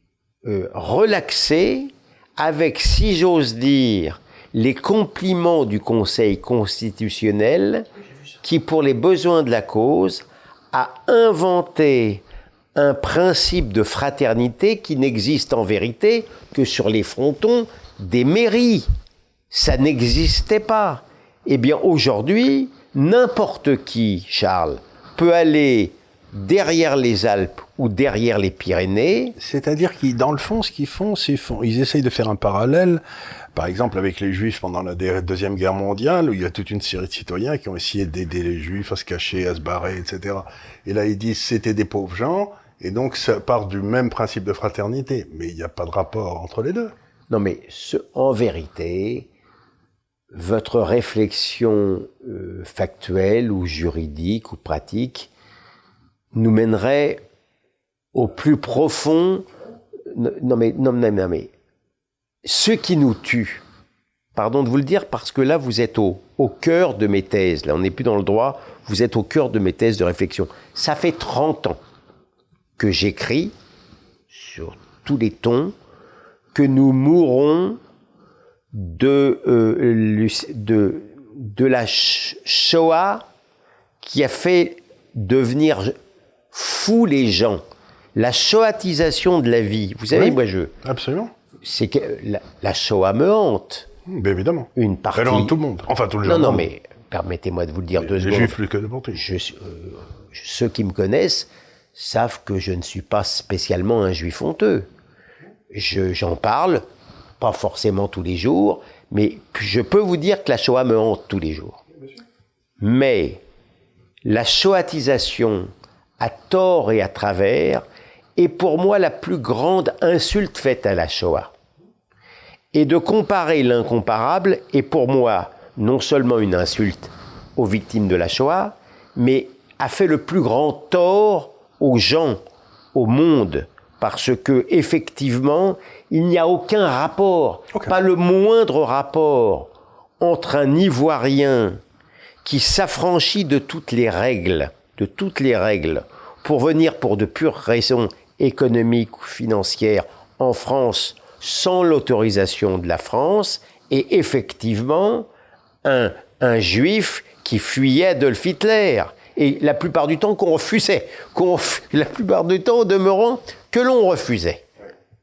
S2: relaxé avec, si j'ose dire, les compliments du Conseil constitutionnel qui, pour les besoins de la cause, a inventé un principe de fraternité qui n'existe en vérité que sur les frontons des mairies. Ça n'existait pas. Eh bien, aujourd'hui, n'importe qui, Charles, peut aller derrière les Alpes ou derrière les Pyrénées.
S1: C'est-à-dire qu'ils, dans le fond, ce qu'ils font, ils essayent de faire un parallèle, par exemple avec les Juifs pendant la Deuxième Guerre mondiale, où il y a toute une série de citoyens qui ont essayé d'aider les Juifs à se cacher, à se barrer, etc. Et là, ils disent c'était des pauvres gens, et donc ça part du même principe de fraternité. Mais il n'y a pas de rapport entre les deux.
S2: Non, mais en vérité, votre réflexion factuelle ou juridique ou pratique nous mènerait au plus profond. Non mais, ce qui nous tue, pardon de vous le dire, parce que là vous êtes au cœur de mes thèses, là on n'est plus dans le droit, vous êtes au cœur de mes thèses de réflexion. Ça fait 30 ans que j'écris sur tous les tons que nous mourrons de la Shoah qui a fait devenir fous les gens. La shoatisation de la vie. Vous savez,
S1: oui, absolument.
S2: C'est que la Shoah me hante.
S1: Bien évidemment.
S2: Une partie.
S1: Elle hante tout le monde. Enfin, tout le monde.
S2: Non, mais permettez-moi de vous le dire 2 secondes.
S1: Les Juifs plus que de bonté.
S2: Ceux qui me connaissent savent que je ne suis pas spécialement un juif honteux. J'en parle, pas forcément tous les jours, mais je peux vous dire que la Shoah me hante tous les jours. Mais la shoatisation, à tort et à travers, est pour moi la plus grande insulte faite à la Shoah. Et de comparer l'incomparable est pour moi non seulement une insulte aux victimes de la Shoah, mais a fait le plus grand tort aux gens, au monde, parce que effectivement, il n'y a aucun rapport, pas le moindre rapport, entre un Ivoirien qui s'affranchit de toutes les règles, pour venir pour de pures raisons économiques ou financières en France sans l'autorisation de la France, et effectivement un juif qui fuyait Adolf Hitler, et la plupart du temps qu'on refusait, la plupart du temps au demeurant que l'on refusait.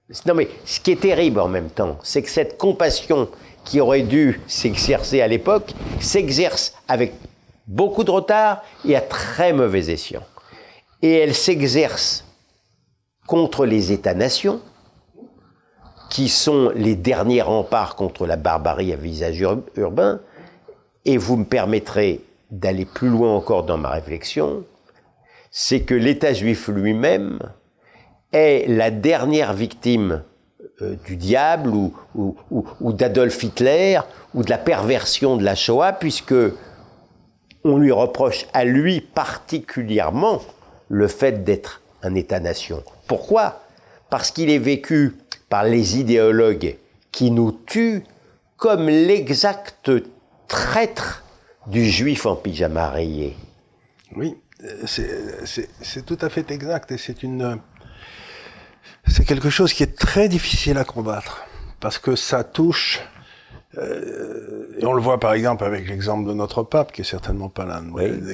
S2: Non mais ce qui est terrible en même temps, c'est que cette compassion qui aurait dû s'exercer à l'époque s'exerce avec beaucoup de retard et à très mauvais escient. Et elle s'exerce contre les États-nations, qui sont les derniers remparts contre la barbarie à visage urbain. Et vous me permettrez d'aller plus loin encore dans ma réflexion, c'est que l'État juif lui-même est la dernière victime du diable ou d'Adolf Hitler ou de la perversion de la Shoah, puisque on lui reproche à lui particulièrement le fait d'être un État-nation. Pourquoi ? Parce qu'il est vécu par les idéologues qui nous tuent comme l'exact traître du juif en pyjama rayé.
S1: Oui, c'est tout à fait exact, et c'est quelque chose qui est très difficile à combattre, parce que ça touche, et on le voit par exemple avec l'exemple de notre pape, qui est certainement pas l'un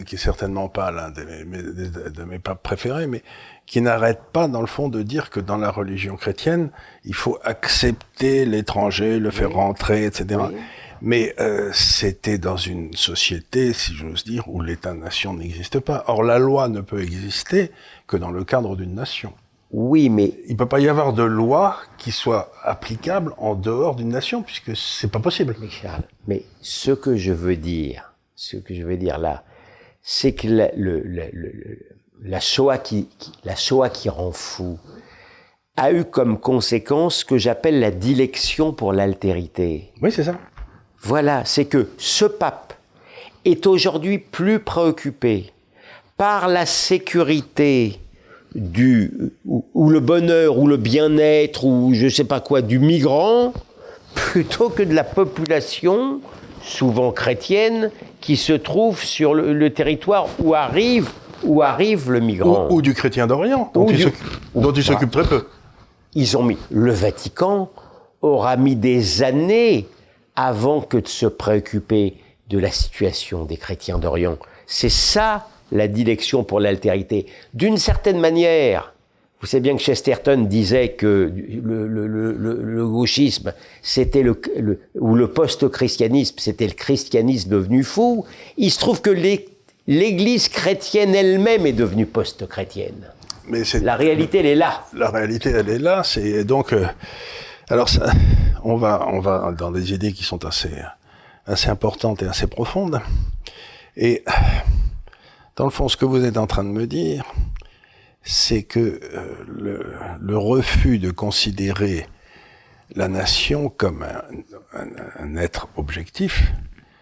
S1: de mes papes préférés, mais qui n'arrête pas dans le fond de dire que dans la religion chrétienne, il faut accepter l'étranger, le faire rentrer, etc. Oui. Mais c'était dans une société, si j'ose dire, où l'État-nation n'existe pas. Or, la loi ne peut exister que dans le cadre d'une nation.
S2: Oui, mais...
S1: Il ne peut pas y avoir de loi qui soit applicable en dehors d'une nation, puisque c'est pas possible.
S2: Mais Charles, mais ce que je veux dire là, c'est que la Shoah qui rend fou a eu comme conséquence ce que j'appelle la dilection pour l'altérité.
S1: Oui, c'est ça.
S2: Voilà, c'est que ce pape est aujourd'hui plus préoccupé par la sécurité ou le bonheur, ou le bien-être, ou je sais pas quoi, du migrant, plutôt que de la population, souvent chrétienne, qui se trouve sur le territoire où arrive le migrant.
S1: Ou du chrétien d'Orient, dont il s'occupe très peu.
S2: Le Vatican aura mis des années avant que de se préoccuper de la situation des chrétiens d'Orient. C'est ça, la dilection pour l'altérité. D'une certaine manière, vous savez bien que Chesterton disait que le gauchisme, c'était ou le post-christianisme, c'était le christianisme devenu fou. Il se trouve que l'Église chrétienne elle-même est devenue post-chrétienne. Mais la réalité, elle est là.
S1: La réalité, elle est là. C'est donc... alors, ça, on va dans des idées qui sont assez importantes et assez profondes. Et dans le fond, ce que vous êtes en train de me dire, c'est que le refus de considérer la nation comme un être objectif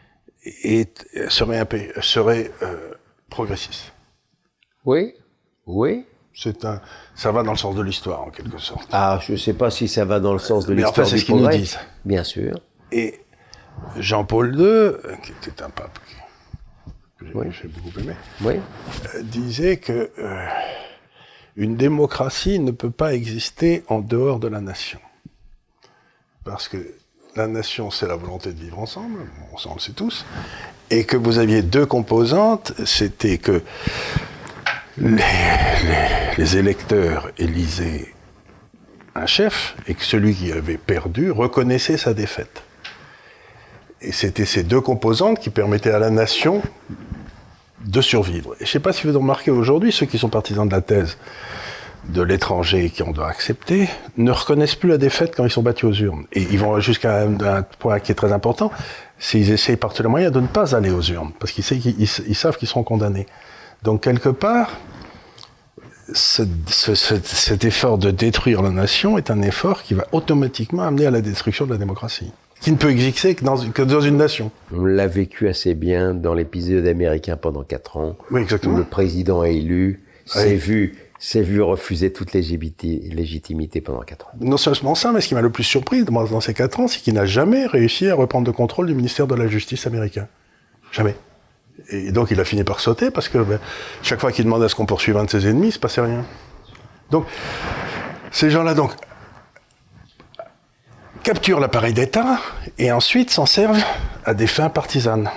S1: serait progressiste.
S2: Oui, oui.
S1: Ça va dans le sens de l'histoire, en quelque sorte.
S2: Ah, je ne sais pas si ça va dans le sens de l'histoire.
S1: Mais enfin, c'est ce qu'ils nous disent.
S2: Bien sûr.
S1: Et Jean-Paul II, qui était un pape que j'ai beaucoup aimé, disait que une démocratie ne peut pas exister en dehors de la nation. Parce que la nation, c'est la volonté de vivre ensemble, on le sait tous, et que vous aviez deux composantes, c'était que les électeurs élisaient un chef et que celui qui avait perdu reconnaissait sa défaite. Et c'était ces deux composantes qui permettaient à la nation de survivre. Et je ne sais pas si vous avez remarqué aujourd'hui, ceux qui sont partisans de la thèse de l'étranger et qui on doit accepter, ne reconnaissent plus la défaite quand ils sont battus aux urnes. Et ils vont jusqu'à un point qui est très important, c'est qu'ils essayent par tous les moyens de ne pas aller aux urnes, parce qu'ils savent qu'ils seront condamnés. Donc quelque part, cet effort de détruire la nation est un effort qui va automatiquement amener à la destruction de la démocratie, qui ne peut exister que dans une nation.
S2: On l'a vécu assez bien dans l'épisode américain pendant 4 ans,
S1: oui, exactement.
S2: Où le président élu s'est vu refuser toute légitimité pendant 4 ans.
S1: Non seulement ça, mais ce qui m'a le plus surpris dans ces 4 ans, c'est qu'il n'a jamais réussi à reprendre le contrôle du ministère de la Justice américain. Jamais. Et donc il a fini par sauter, parce que chaque fois qu'il demandait à ce qu'on poursuive un de ses ennemis, il ne se passait rien. Donc, ces gens-là, capturent l'appareil d'État, et ensuite s'en servent à des fins partisanes.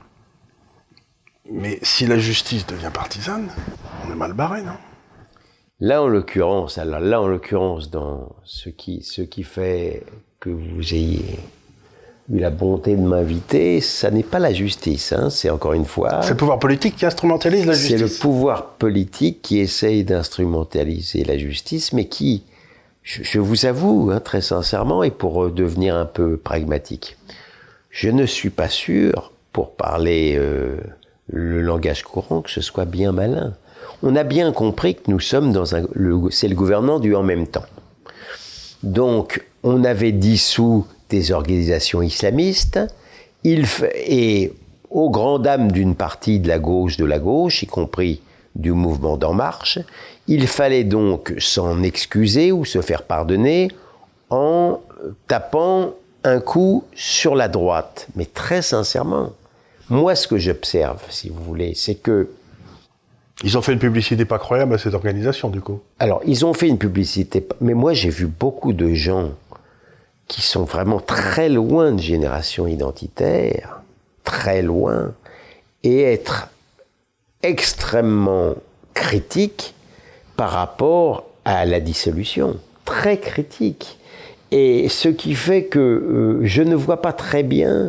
S1: Mais si la justice devient partisane, on est mal barré, non ?
S2: Là, en l'occurrence, dans ce qui fait que vous ayez eu la bonté de m'inviter, ça n'est pas la justice, hein, c'est encore une fois...
S1: C'est le pouvoir politique qui instrumentalise la justice.
S2: C'est le pouvoir politique qui essaye d'instrumentaliser la justice, mais qui, je vous avoue, hein, très sincèrement, et pour devenir un peu pragmatique, je ne suis pas sûr, pour parler le langage courant, que ce soit bien malin. On a bien compris que nous sommes c'est le gouvernement du en même temps. Donc, on avait dissous des organisations islamistes, et aux grandes dames d'une partie de la gauche, y compris du mouvement d'En Marche, il fallait donc s'en excuser ou se faire pardonner en tapant un coup sur la droite. Mais très sincèrement, moi ce que j'observe, si vous voulez, c'est que...
S1: Ils ont fait une publicité pas croyable à cette organisation, du coup.
S2: Alors, ils ont fait une publicité, mais moi j'ai vu beaucoup de gens qui sont vraiment très loin de génération identitaire, très loin, et être extrêmement critique par rapport à la dissolution, très critique. Et ce qui fait que je ne vois pas très bien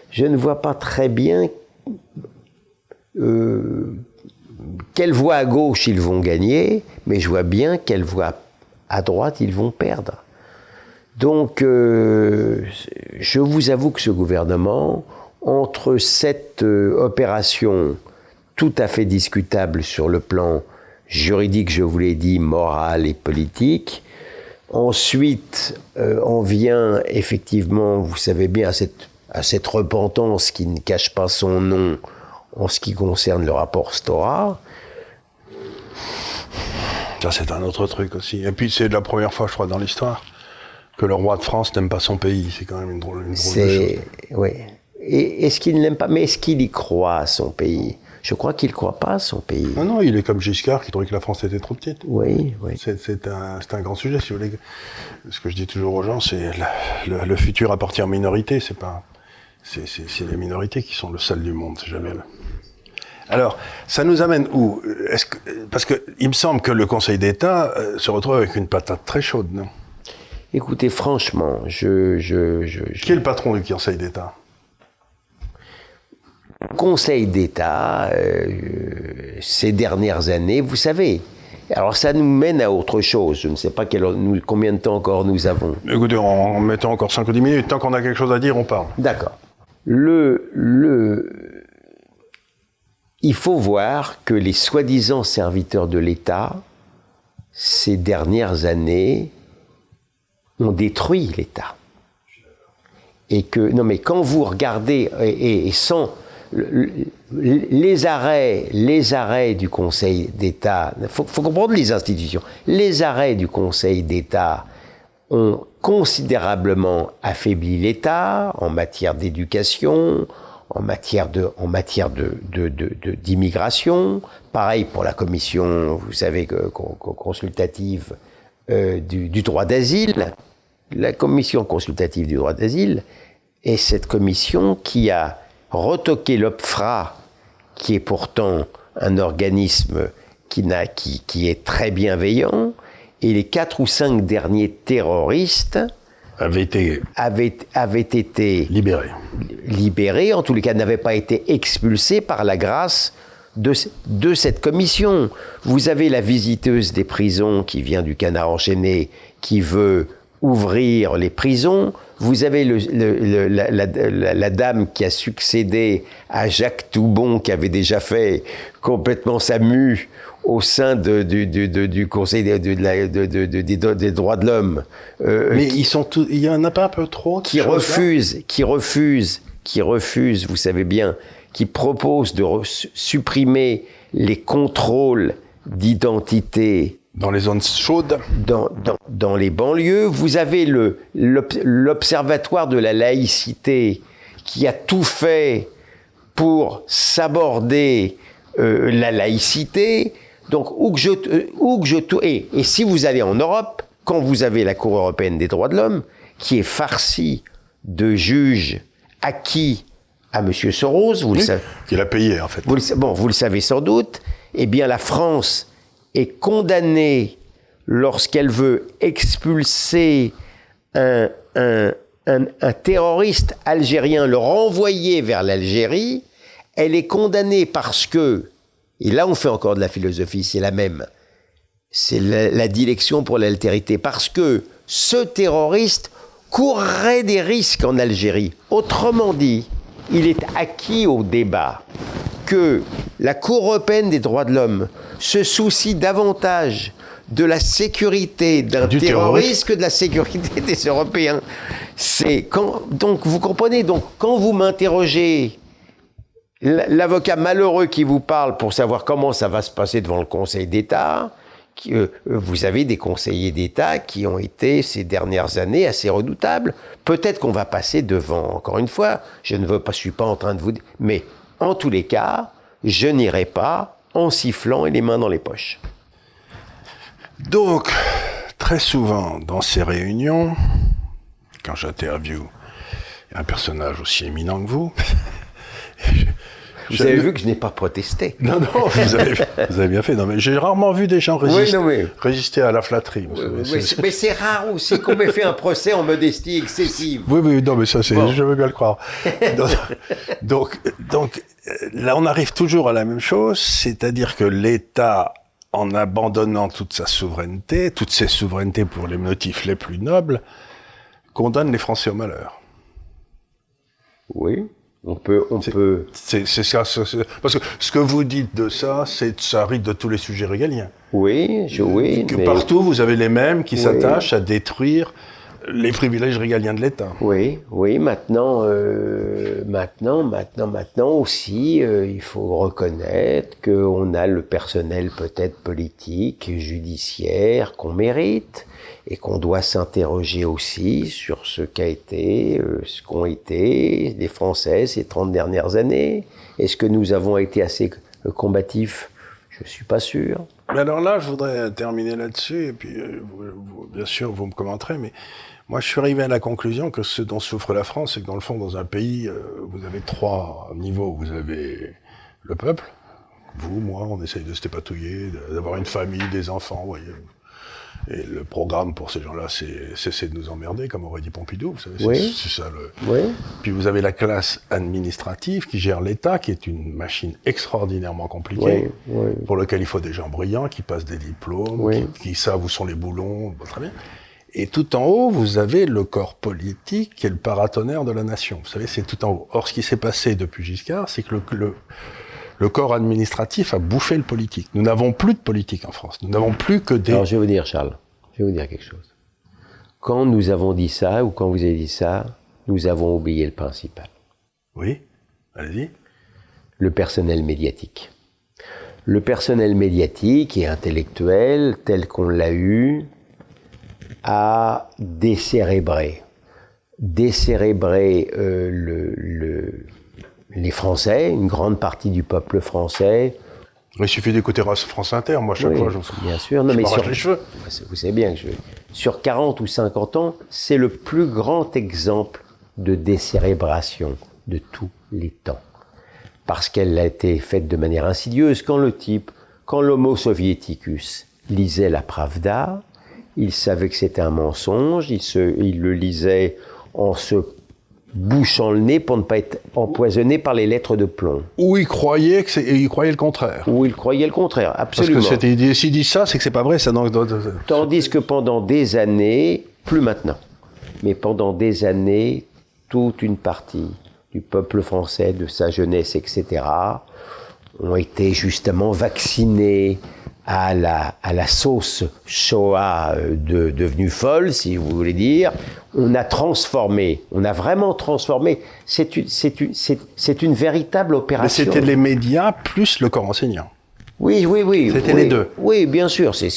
S2: quelle voie à gauche ils vont gagner, mais je vois bien quelle voie à droite ils vont perdre. Donc, je vous avoue que ce gouvernement, entre cette opération tout à fait discutable sur le plan juridique, je vous l'ai dit, moral et politique, ensuite, on vient effectivement, vous savez bien, à cette repentance qui ne cache pas son nom en ce qui concerne le rapport Stora.
S1: Ça, c'est un autre truc aussi. Et puis, c'est la première fois, je crois, dans l'histoire que le roi de France n'aime pas son pays. C'est quand même une drôle de chose.
S2: Oui. Et est-ce qu'il ne l'aime pas? Mais est-ce qu'il y croit à son pays? Je crois qu'il ne croit pas à son pays.
S1: Non, il est comme Giscard, qui trouvait que la France était trop petite.
S2: Oui.
S1: C'est un grand sujet, si vous voulez. Ce que je dis toujours aux gens, c'est le futur appartient aux minorités. C'est les minorités qui sont le sel du monde, c'est jamais là. Alors, ça nous amène où? Parce que il me semble que le Conseil d'État se retrouve avec une patate très chaude, non?
S2: Écoutez, franchement, Qui
S1: est le patron du Conseil d'État?
S2: Conseil d'État, ces dernières années, vous savez, alors ça nous mène à autre chose. Je ne sais pas combien de temps encore nous avons.
S1: Écoutez, en mettant encore 5 ou 10 minutes, tant qu'on a quelque chose à dire, on parle.
S2: D'accord. Il faut voir que les soi-disant serviteurs de l'État, ces dernières années, ont détruit l'État. Et que, non mais quand vous regardez, et sans les arrêts du Conseil d'État, il faut comprendre les institutions, les arrêts du Conseil d'État ont considérablement affaibli l'État en matière d'éducation, en matière d'immigration. Pareil pour la commission, vous savez, consultative du droit d'asile. La commission consultative du droit d'asile est cette commission qui a retoqué l'OPFRA, qui est pourtant un organisme qui est très bienveillant, et les 4 ou 5 derniers terroristes
S1: avaient été
S2: libérés, en tous les cas n'avaient pas été expulsés par la grâce de cette commission. Vous avez la visiteuse des prisons qui vient du Canard enchaîné, qui veut ouvrir les prisons. Vous avez la dame qui a succédé à Jacques Toubon, qui avait déjà fait complètement sa mue au sein du Conseil des droits de l'homme.
S1: Mais il y en a pas un peu trop
S2: qui refuse, vous savez bien, qui propose de supprimer les contrôles d'identité
S1: dans les zones chaudes,
S2: dans les banlieues. Vous avez l'Observatoire de la laïcité qui a tout fait pour s'aborder la laïcité. Donc, et si vous allez en Europe, quand vous avez la Cour européenne des droits de l'homme, qui est farcie de juges acquis à M. Soros, vous le savez.
S1: Qui l'a payé, en fait.
S2: Vous le savez sans doute. Eh bien, la France est condamnée lorsqu'elle veut expulser un terroriste algérien, le renvoyer vers l'Algérie, elle est condamnée parce que, et là on fait encore de la philosophie, c'est la même, c'est la dilection pour l'altérité, parce que ce terroriste courrait des risques en Algérie. Autrement dit, il est acquis au débat que la Cour européenne des droits de l'homme se soucie davantage de la sécurité d'un terroriste que de la sécurité des Européens. Donc vous comprenez, donc quand vous m'interrogez, l'avocat malheureux qui vous parle pour savoir comment ça va se passer devant le Conseil d'État, vous avez des conseillers d'État qui ont été ces dernières années assez redoutables. Peut-être qu'on va passer devant, encore une fois, je suis pas en train de vous dire, mais en tous les cas, je n'irai pas en sifflant et les mains dans les poches.
S1: Donc, très souvent, dans ces réunions, quand j'interviewe un personnage aussi éminent que vous,
S2: vous avez vu que je n'ai pas protesté.
S1: Non, vous avez bien fait. Non, mais j'ai rarement vu des gens résister à la flatterie.
S2: Mais c'est rare aussi qu'on m'ait fait un procès en modestie excessive.
S1: Oui, non, mais ça, je veux bien le croire. donc, là, on arrive toujours à la même chose, c'est-à-dire que l'État, en abandonnant toute sa souveraineté, toutes ses souverainetés pour les motifs les plus nobles, condamne les Français au malheur.
S2: Oui. On peut.
S1: C'est ça, parce que ce que vous dites de ça, ça arrive de tous les sujets régaliens.
S2: Oui.
S1: Que partout, vous avez les mêmes qui s'attachent à détruire les privilèges régaliens de l'État.
S2: Oui. Maintenant aussi, il faut reconnaître qu'on a le personnel peut-être politique, judiciaire qu'on mérite. Et qu'on doit s'interroger aussi sur ce qu'ont été les Français ces 30 dernières années. Est-ce que nous avons été assez combatifs ? Je ne suis pas sûr.
S1: Mais alors là, je voudrais terminer là-dessus, et puis bien sûr, vous me commenterez, mais moi je suis arrivé à la conclusion que ce dont souffre la France, c'est que dans le fond, dans un pays, vous avez 3 niveaux. Vous avez le peuple, vous, moi, on essaye de se dépatouiller, d'avoir une famille, des enfants, vous voyez. Et le programme pour ces gens-là, c'est cesser de nous emmerder, comme aurait dit Pompidou, vous savez, c'est ça le...
S2: Oui.
S1: Puis vous avez la classe administrative qui gère l'État, qui est une machine extraordinairement compliquée, pour laquelle il faut des gens brillants, qui passent des diplômes, qui savent où sont les boulons, bon, très bien. Et tout en haut, vous avez le corps politique, qui est le paratonnerre de la nation. Vous savez, c'est tout en haut. Or, ce qui s'est passé depuis Giscard, c'est que le corps administratif a bouffé le politique. Nous n'avons plus de politique en France. Nous n'avons plus que des...
S2: Alors, je vais vous dire, Charles, quelque chose. Quand nous avons dit ça, ou quand vous avez dit ça, nous avons oublié le principal.
S1: Oui, allez-y.
S2: Le personnel médiatique. Le personnel médiatique et intellectuel, tel qu'on l'a eu, a décérébré les Français, une grande partie du peuple français.
S1: Il suffit d'écouter France Inter, moi chaque fois
S2: bien sûr. Non, mais
S1: les cheveux.
S2: Vous savez bien que sur 40 ou 50 ans, c'est le plus grand exemple de décérébration de tous les temps. Parce qu'elle a été faite de manière insidieuse. Quand l'homo soviéticus lisait la Pravda, il savait que c'était un mensonge, il le lisait en se bouchant le nez pour ne pas être empoisonné par les lettres de plomb.
S1: Ou il croyait le contraire.
S2: Absolument.
S1: Parce que s'il dit ça, c'est que c'est pas vrai. Ça,
S2: Tandis que pendant des années, plus maintenant, mais pendant des années, toute une partie du peuple français, de sa jeunesse, etc., ont été justement vaccinés à la sauce Shoah devenue folle, si vous voulez dire. On a vraiment transformé. C'est une véritable opération.
S1: Mais c'était les médias plus le corps enseignant.
S2: Oui.
S1: C'était les deux.
S2: Oui, bien sûr. C'est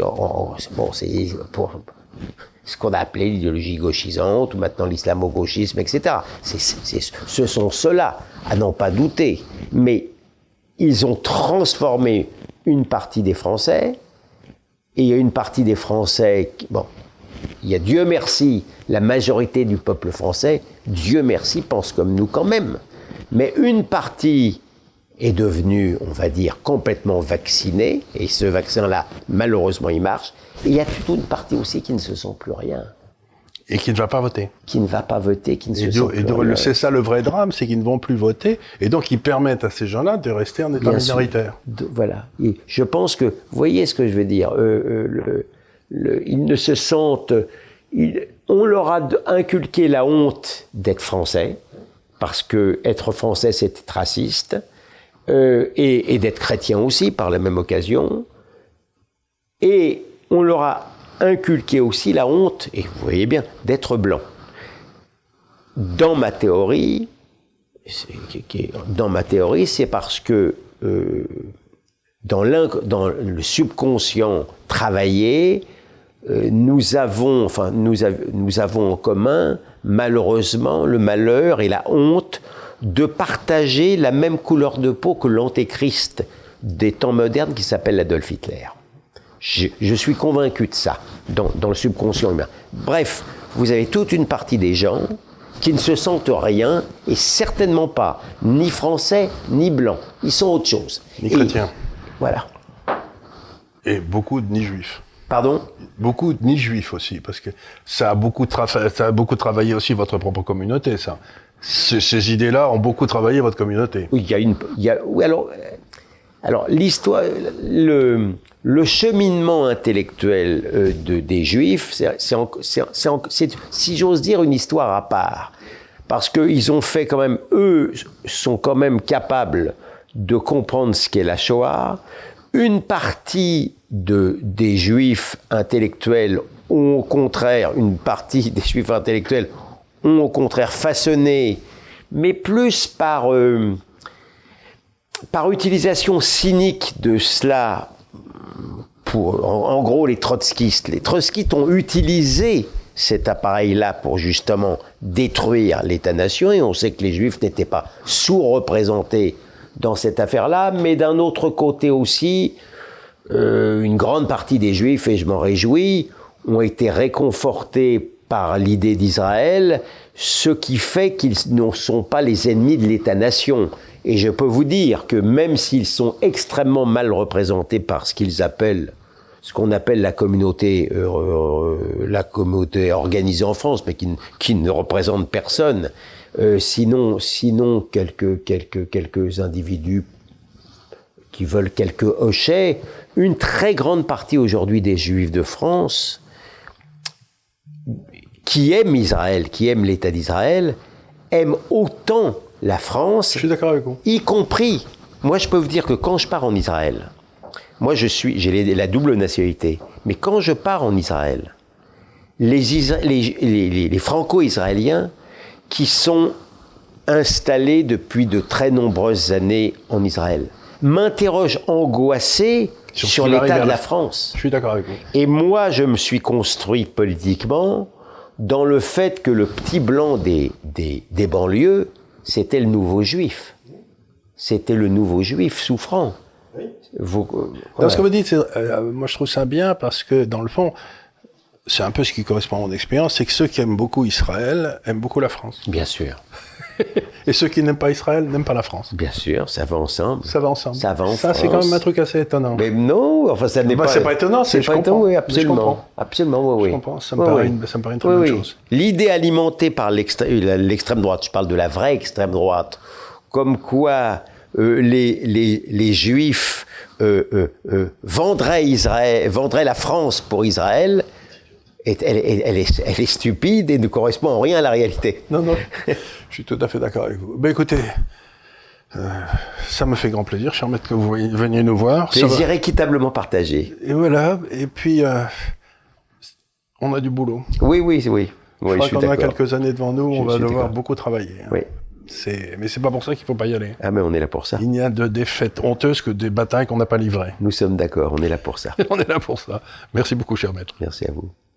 S2: pour ce qu'on a appelé l'idéologie gauchisante, ou maintenant l'islamo-gauchisme, etc. Ce sont ceux-là, à n'en pas douter. Mais ils ont transformé une partie des Français, et il y a une partie des Français il y a, Dieu merci, la majorité du peuple français, Dieu merci, pense comme nous quand même. Mais une partie est devenu, on va dire, complètement vacciné, et ce vaccin-là, malheureusement, il marche. Et il y a toute une partie aussi qui ne se sent plus rien.
S1: Et qui ne va pas voter.
S2: Qui ne va pas voter, qui ne se sent plus rien.
S1: C'est ça le vrai drame, c'est qu'ils ne vont plus voter, et donc ils permettent à ces gens-là de rester en état minoritaire.
S2: Voilà. Et je pense que, vous voyez ce que je veux dire, ils ne se sentent... on leur a inculqué la honte d'être français, parce que être français, c'est être raciste, et d'être chrétien aussi, par la même occasion. Et on leur a inculqué aussi la honte, et vous voyez bien, d'être blanc. Dans ma théorie, c'est parce que dans le subconscient travaillé, nous avons en commun, malheureusement, le malheur et la honte de partager la même couleur de peau que l'antéchrist des temps modernes qui s'appelle Adolf Hitler. Je suis convaincu de ça, dans le subconscient humain. Bref, vous avez toute une partie des gens qui ne se sentent rien, et certainement pas ni français, ni blancs. Ils sont autre chose.
S1: Ni chrétiens.
S2: Voilà.
S1: Et beaucoup de ni juifs.
S2: Pardon ?
S1: Beaucoup de ni juifs aussi, parce que ça a beaucoup travaillé aussi votre propre communauté, ça. Ces idées-là ont beaucoup travaillé votre communauté.
S2: Oui, alors l'histoire, le cheminement intellectuel des Juifs, c'est, si j'ose dire, une histoire à part. Parce qu'ils ont fait quand même, eux sont quand même capables de comprendre ce qu'est la Shoah. Une partie des Juifs intellectuels ont au contraire, façonné, mais plus par utilisation cynique de cela, en gros les trotskistes. Les trotskistes ont utilisé cet appareil-là pour justement détruire l'État-nation, et on sait que les Juifs n'étaient pas sous-représentés dans cette affaire-là, mais d'un autre côté aussi, une grande partie des Juifs, et je m'en réjouis, ont été réconfortés par l'idée d'Israël, ce qui fait qu'ils ne sont pas les ennemis de l'État-nation. Et je peux vous dire que même s'ils sont extrêmement mal représentés par ce qu'on appelle la communauté organisée en France, mais qui ne représente personne, sinon quelques individus qui veulent quelques hochets, une très grande partie aujourd'hui des Juifs de France qui aiment Israël, qui aiment l'État d'Israël, aiment autant la France,
S1: je suis d'accord avec vous.
S2: Y compris, moi je peux vous dire que quand je pars en Israël, moi j'ai la double nationalité, mais quand je pars en Israël, les franco-israéliens qui sont installés depuis de très nombreuses années en Israël m'interrogent angoissés sur l'état de la France.
S1: Je suis d'accord avec vous.
S2: Et moi je me suis construit politiquement dans le fait que le petit blanc des banlieues, c'était le nouveau juif. C'était le nouveau juif souffrant.
S1: Oui. Ce que vous dites, moi je trouve ça bien parce que dans le fond, c'est un peu ce qui correspond à mon expérience, c'est que ceux qui aiment beaucoup Israël aiment beaucoup la France.
S2: Bien sûr.
S1: Et ceux qui n'aiment pas Israël n'aiment pas la France.
S2: Bien sûr, ça va ensemble.
S1: Ça va ensemble.
S2: Ça va en
S1: Ça,
S2: France.
S1: c'est quand même un truc assez étonnant.
S2: Mais non, enfin ça n'est pas...
S1: C'est pas étonnant,
S2: c'est pas étonnant, oui, absolument. Absolument, oui.
S1: Je comprends, ça me paraît une très bonne chose.
S2: L'idée alimentée par l'extrême droite, je parle de la vraie extrême droite, comme quoi les Juifs vendraient la France pour Israël, elle est stupide et ne correspond en rien à la réalité.
S1: Non, je suis tout à fait d'accord avec vous. Ben écoutez, ça me fait grand plaisir, cher maître, que vous veniez nous voir.
S2: Plaisir équitablement partagé.
S1: Et voilà, et puis on a du boulot.
S2: Oui, je
S1: crois
S2: suis
S1: qu'on
S2: d'accord.
S1: a quelques années devant nous, on va devoir beaucoup travailler. Hein.
S2: Oui.
S1: Mais c'est pas pour ça qu'il faut pas y aller.
S2: Ah, mais on est là pour ça.
S1: Il n'y a de défaites honteuses que des batailles qu'on n'a pas livrées.
S2: Nous sommes d'accord, on est là pour ça.
S1: On est là pour ça. Merci beaucoup, cher maître.
S2: Merci à vous.